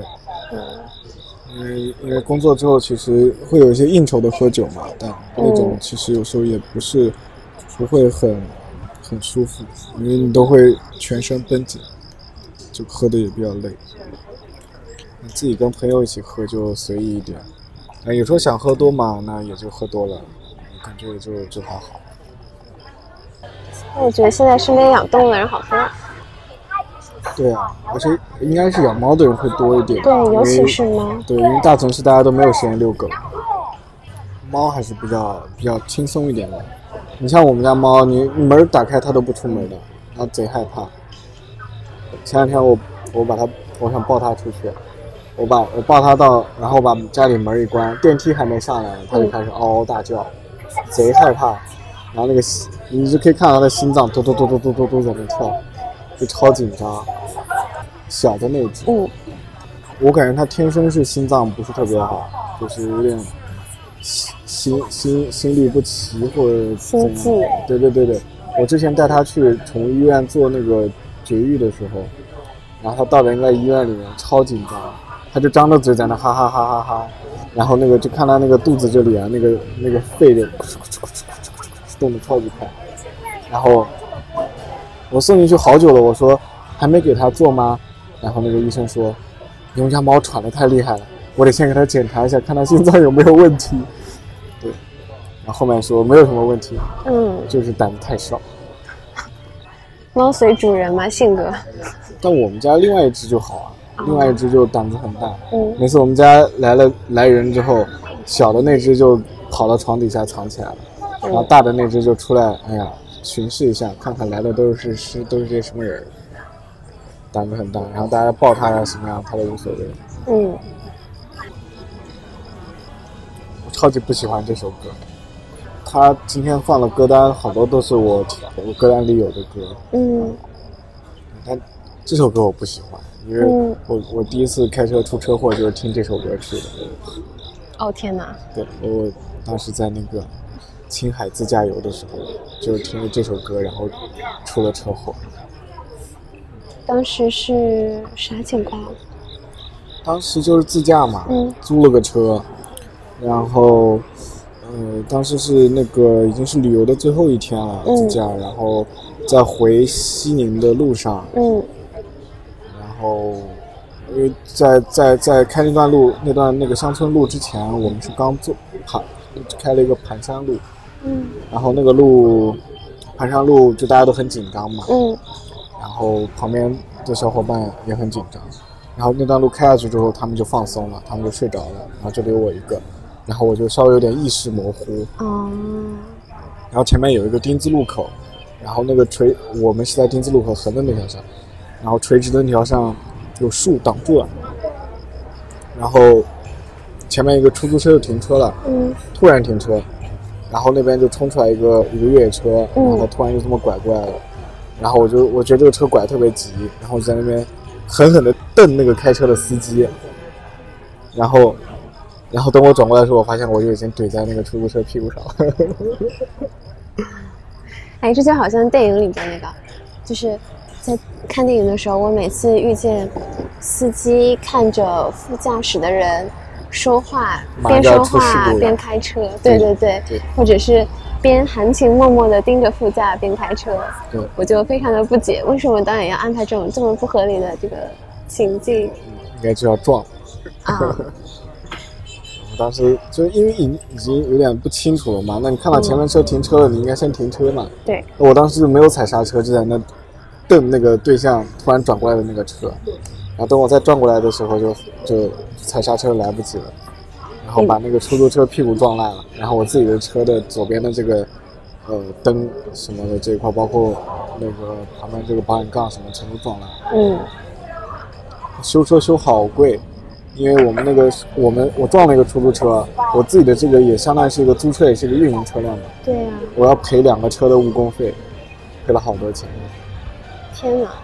因为工作之后其实会有一些应酬的喝酒嘛，但那种其实有时候也不会很舒服，因为你都会全身绷紧，就喝的也比较累。自己跟朋友一起喝就随意一点，有时候想喝多嘛，那也就喝多了，感觉就还好。 我觉得现在身边养动物的人好多。 对啊，而且应该是养猫的人会多一点。 对，尤其是猫。 对，因为大城市大家都没有时间遛狗，猫还是比较轻松一点的。你像我们家猫，你门打开它都不出门的，它贼害怕。前两天我想抱它出去，我抱它到，然后把家里门一关，电梯还没上来，它就开始嗷嗷大叫，贼害怕。然后那个你就可以看到它的心脏嘟嘟嘟嘟嘟嘟嘟在那跳，就超紧张。小的那只，我感觉它天生是心脏不是特别好，就是有点心律不齐或者心悸。 对，我之前带它去宠物医院做那个绝育的时候，然后它到人在医院里面超紧张，它就张着嘴在那哈哈哈哈哈，然后那个就看它那个肚子这里啊，那个肺就动得超级快，然后我送进去好久了，我说还没给它做吗？然后那个医生说你们家猫喘得太厉害了， 我得先给他检查一下，看他心脏有没有问题。对，然后后面说没有什么问题，就是胆子太少。 猫随主人嘛，性格。 但我们家另外一只就好啊，另外一只就胆子很大。每次我们家来人之后，小的那只就跑到床底下藏起来了，然后大的那只就出来，哎呀，巡视一下，看看来的都是些什么人，胆子很大。然后大家抱它呀什么样，它都无所谓。我超级不喜欢这首歌。他今天放了歌单，好多都是我歌单里有的歌。但这首歌我不喜欢，因为我第一次开车出车祸就是听这首歌出的。 哦天哪！ 对，我当时在那个青海自驾游的时候，就听了这首歌，然后出了车祸。 当时是啥情况？ 当时就是自驾嘛，租了个车，然后。当时是那个已经是旅游的最后一天了，自驾，然后在回西宁的路上，然后因为在开那段路那个乡村路之前，我们是刚开了一个盘山路，然后那个盘山路就大家都很紧张嘛，然后旁边的小伙伴也很紧张，然后那段路开下去之后，他们就放松了，他们就睡着了，然后就留我一个。然后我就稍微有点意识模糊，然后前面有一个丁字路口，然后那个我们是在丁字路口横的那条上，然后垂直的那条上有树挡住了，然后前面一个出租车就停车了，突然停车，然后那边就冲出来一个越野车，然后他突然就这么拐过来了，然后我觉得这个车拐得特别急，然后在那边狠狠地瞪那个开车的司机，然后等我转过来的时候，我发现我就已经怼在那个出租车屁股上了。 哎，这就好像电影里的那个，就是在看电影的时候，我每次遇见司机看着副驾驶的人说话，边说话边开车，对，或者是边含情脉脉的盯着副驾边开车，我就非常的不解，为什么导演要安排这种这么不合理的这个情境？ 应该就要撞啊。当时就因为已经有点不清楚了嘛，那你看到前面车停车了，你应该先停车嘛。 对。 我当时没有踩刹车，就在那瞪那个对向突然转过来的那个车，然后等我再转过来的时候就踩刹车来不及了，然后把那个出租车屁股撞烂了，然后我自己的车的左边的这个灯什么的这一块，包括那个旁边这个保险杠什么全都撞烂。修车修好贵。因为我撞了一个出租车，我自己的这个也相当于是一个租车，也是一个运营车辆的。 对呀。 我要赔2个车的误工费，赔了好多钱。 天哪！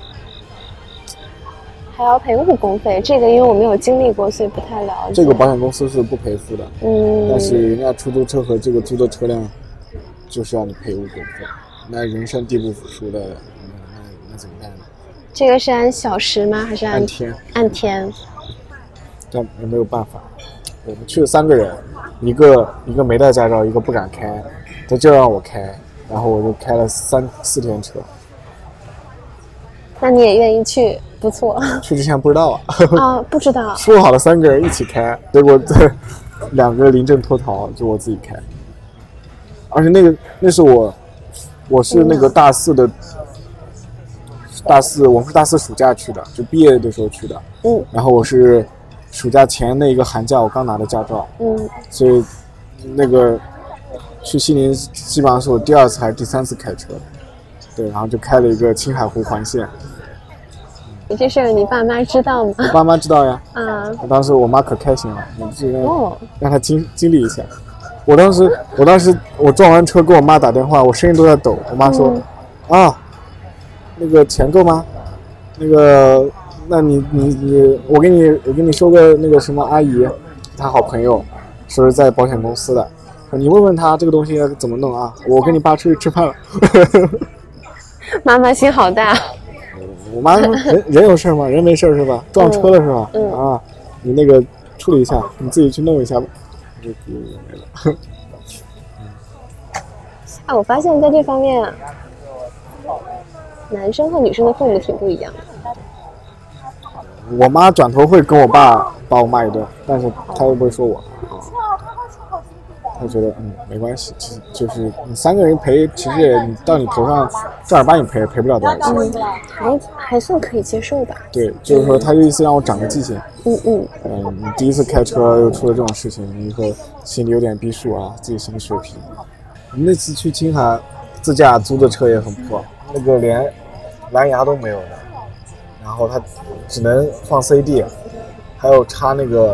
还要赔误工费，这个因为我没有经历过，所以不太了解。 这个保险公司是不赔付的。但是人家出租车和这个租的车辆，就是要你赔误工费，那人生地不熟的，那怎么办呢？ 这个是按小时吗？还是按天？ 按天。 但也没有办法，我们去了3个人，一个没带驾照，一个不敢开，他就让我开，然后我就开了3-4天车。 那你也愿意去，不错。 去之前不知道啊，不知道。 说好了3个人一起开，结果2个临阵脱逃，就我自己开。而且那是我是那个大四，我们是大4暑假去的，就毕业的时候去的。然后我是暑假前那一个寒假我刚拿的驾照，所以那个去西宁基本上是我第2次还是第3次开车，对，然后就开了一个青海湖环线。 这事儿你爸妈知道吗？ 我爸妈知道呀。我当时我妈可开心了，让她经历一下。我当时我撞完车给我妈打电话，我声音都在抖。我妈说，那个钱够吗？那你我给你说个那个什么阿姨，她好朋友，是在保险公司的，你问问她这个东西怎么弄啊？我跟你爸出去吃饭了。 妈妈心好大。 我妈说人有事吗？人没事是吧？撞车了是吧？你那个处理一下，你自己去弄一下吧。就没了。 我发现在这方面，男生和女生的父母挺不一样的。 我妈转头会跟我爸把我骂一顿，但是她又不会说我。他觉得没关系，就是你3个人赔，其实也到你头上正儿八经赔不了多少钱， 还算可以接受吧。 对，就是说他就意思让我长个记性。你第一次开车又出了这种事情，你以后心里有点逼数啊，自己心里水平。我们那次去青海自驾租的车也很破，那个连蓝牙都没有的，然后它只能放 CD， 还有插那个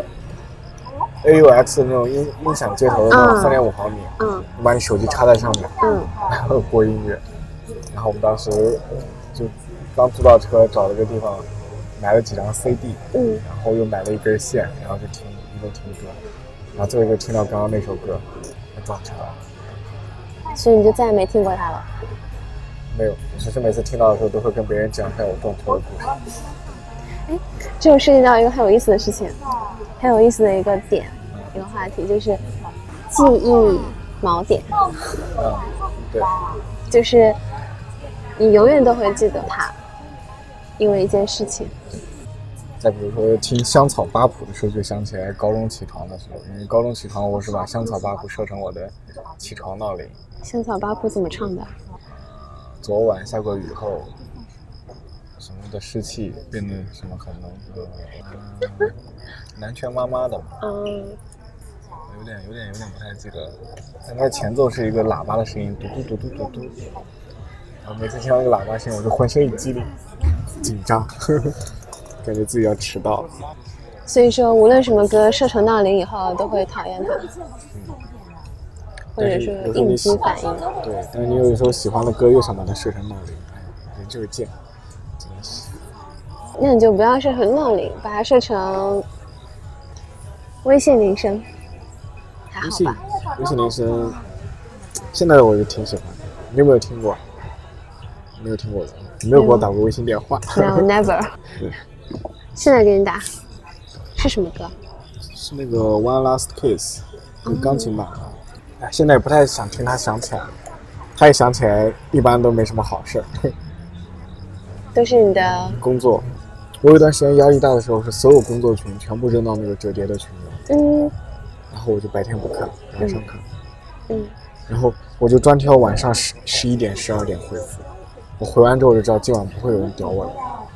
AUX 的那种音响接头的那种3.5毫米，你把你手机插在上面，然后播音乐。然后我们当时就刚租到车，找了个地方买了几张 CD，然后又买了一根线，然后就一路听歌，然后最后就听到刚刚那首歌，撞车了。 所以你就再也没听过它了？ 没有，只是每次听到的时候都会跟别人讲一下我撞车的故事。 这就涉及到一个很有意思的事情，很有意思的一个点，一个话题，就是记忆锚点。 对， 就是你永远都会记得它，因为一件事情。 再比如说听香草八谱的时候，就想起来高中起床的时候，因为高中起床我是把香草八谱设成我的起床闹铃。 香草八谱怎么唱的？ 昨晚下过雨后，什么的湿气变得什么很浓，南拳妈妈的嘛。有点不太记得了。但它前奏是一个喇叭的声音，嘟嘟嘟嘟嘟嘟。然后每次听到那个喇叭声，我就浑身一激灵，紧张，感觉自己要迟到了。 所以说，无论什么歌设成闹铃以后，都会讨厌它。或者说应激反应。 对，但是你有时候喜欢的歌又想把它设成闹铃，人就是贱，真的是。 那你就不要设成闹铃，把它设成微信铃声，还好吧？ 微信铃声，现在我就挺喜欢的。你有没有听过？没有听过的，你没有给我打过微信电话。 No, never。 对。 现在给你打，是什么歌？ 是那个 One Last Kiss， 钢琴版的。现在也不太想听他想起来，他一想起来一般都没什么好事。 都是你的工作。我有段时间压力大的时候，是所有工作群全部扔到那个折叠的群里，然后我就白天不看，晚上看，然后我就专挑晚上11点12点回复，我回完之后我就知道今晚不会有人屌我了。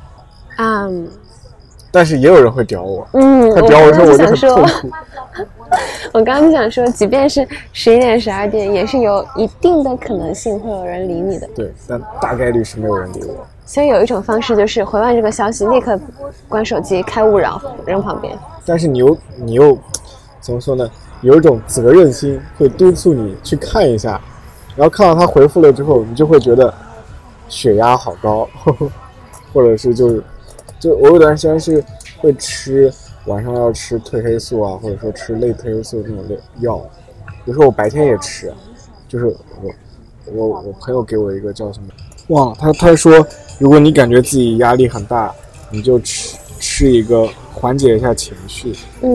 但是也有人会屌我，他屌我之后我就很痛苦。 我刚刚就想说，即便是11点12点，也是有一定的可能性会有人理你的。 对，但大概率是没有人理我。 所以有一种方式就是回完这个消息，立刻关手机，开勿扰，扔旁边。 但是你又怎么说呢？有一种责任心，会督促你去看一下，然后看到他回复了之后，你就会觉得血压好高，或者是就我有段时间是会晚上要吃褪黑素啊，或者说吃类褪黑素这种药，有时候我白天也吃，就是我朋友给我一个叫什么忘了，他说如果你感觉自己压力很大，你就吃一个缓解一下情绪。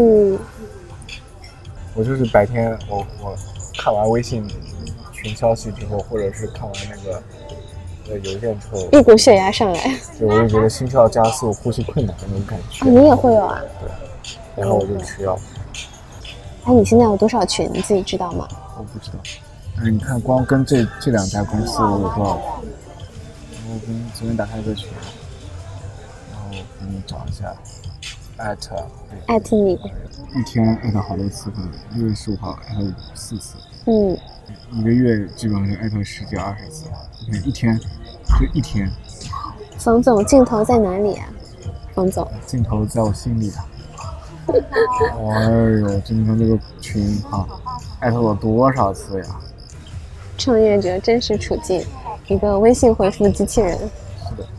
我就是白天我看完微信群消息之后，或者是看完那个邮件之后， 一股血压上来， 对，我就觉得心跳加速、呼吸困难的那种感觉。 你也会有啊？ 对，然后我就吃药。 你现在有多少群？你自己知道吗？ 我不知道。但是你看，光跟这2家公司我有多少？我跟昨天打开一个群，然后给你找一下， 艾特你， 一天艾特好多次，6月15号艾特4次，一个月基本上是艾特10几20次，你看一天就一天。 冯总，镜头在哪里啊？冯总， 镜头在我心里啊。哎呦，今天这个群艾特我多少次呀？ 创业者真实处境，一个微信回复机器人。 是的。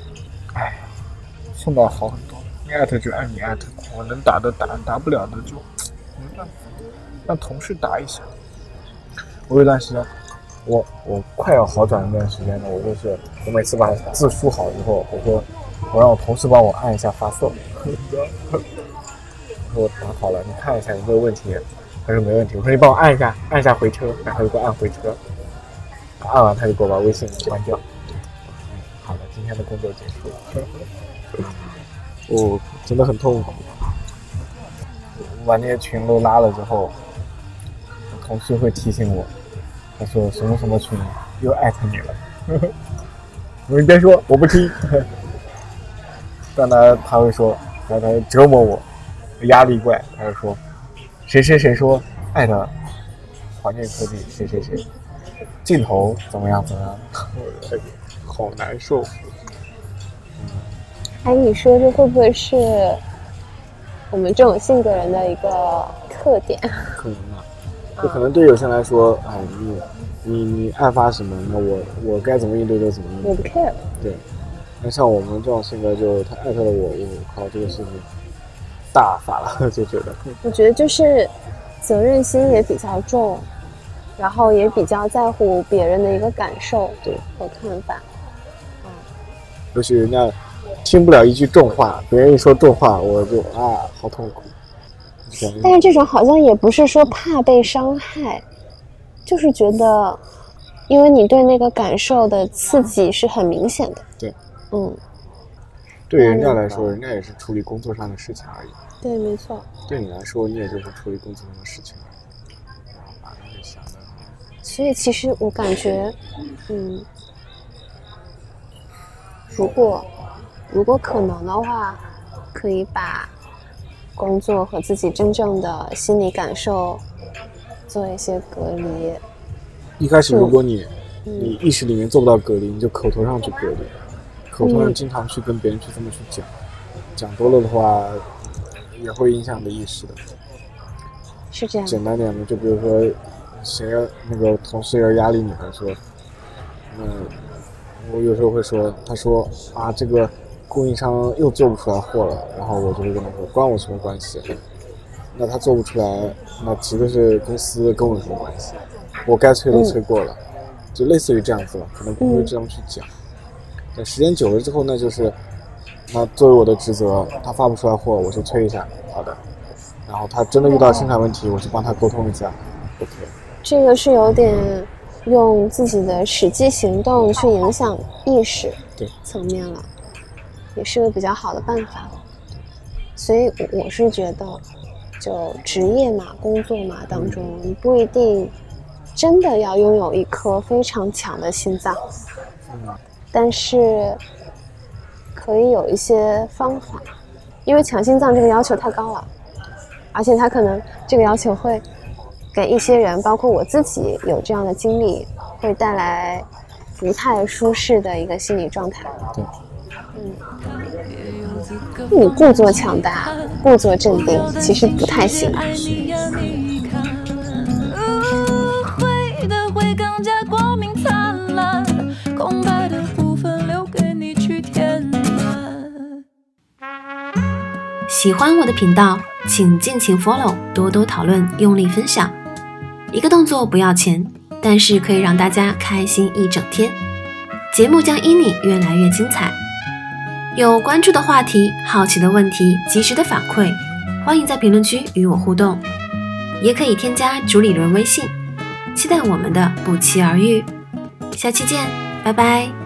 现在好很多，你艾特就按你艾特，我能打的打，打不了的就让同事打一下。我有段时间，我快要好转一段时间了，我每次把字输好之后，我说我让我同事帮我按一下发送。我说我打好了，你看一下有没有问题。他说没问题。我说你帮我按一下回车，然后他就给我按回车。按完他就给我把微信关掉。好了，今天的工作结束了。 真的很痛苦。我把那些群都拉了之后，同事会提醒我，他说什么什么群又艾特你了。你别说，我不听。但他会说，他折磨我，压力怪。他就说，谁谁谁说艾特环境科技谁谁谁，镜头怎么样怎么样，好难受。 你说这会不会是我们这种性格人的一个特点？ 可能啊，就可能对有些人来说，你爱发什么，那我该怎么应对就怎么应对。 我不 care。 对，那像我们这种性格，就他艾特了我靠，这个事情大发了，就觉得。 我觉得就是责任心也比较重，然后也比较在乎别人的一个感受和看法。 尤其人家听不了一句重话，别人一说重话，我就好痛苦。 但是这种好像也不是说怕被伤害，就是觉得，因为你对那个感受的刺激是很明显的。 对，对人家来说，人家也是处理工作上的事情而已。 对，没错。对你来说，你也就是处理工作上的事情而已。然后把那个想的。 所以其实我感觉，如果可能的话，可以把工作和自己真正的心理感受做一些隔离。 一开始如果你意识里面做不到隔离，你就口头上去隔离，口头上经常去跟别人去这么去讲多了的话，也会影响你的意识的。 是这样。 简单点的，就比如说谁那个同事要压力你来说，我有时候会说，他说这个供应商又做不出来货了，然后我就会跟他说，关我什么关系？那他做不出来，那其实是公司跟我有什么关系？我该催都催过了，就类似于这样子了，可能不会这样去讲。但时间久了之后，那就是那作为我的职责，他发不出来货，我就催一下，好的。然后他真的遇到生产问题，我就帮他沟通一下 ，OK。 这个是有点用自己的实际行动去影响意识层面了，也是个比较好的办法。所以我是觉得，就职业嘛、工作嘛当中，你不一定真的要拥有一颗非常强的心脏，但是可以有一些方法，因为强心脏这个要求太高了，而且它可能这个要求会给一些人，包括我自己有这样的经历，会带来不太舒适的一个心理状态。 对， 你故作强大，故作镇定，其实不太行。 喜欢我的频道，请尽情 follow， 多多讨论，用力分享。一个动作不要钱，但是可以让大家开心一整天。节目将因你越来越精彩。有关注的话题、好奇的问题、及时的反馈，欢迎在评论区与我互动，也可以添加主理人微信，期待我们的不期而遇。下期见，拜拜。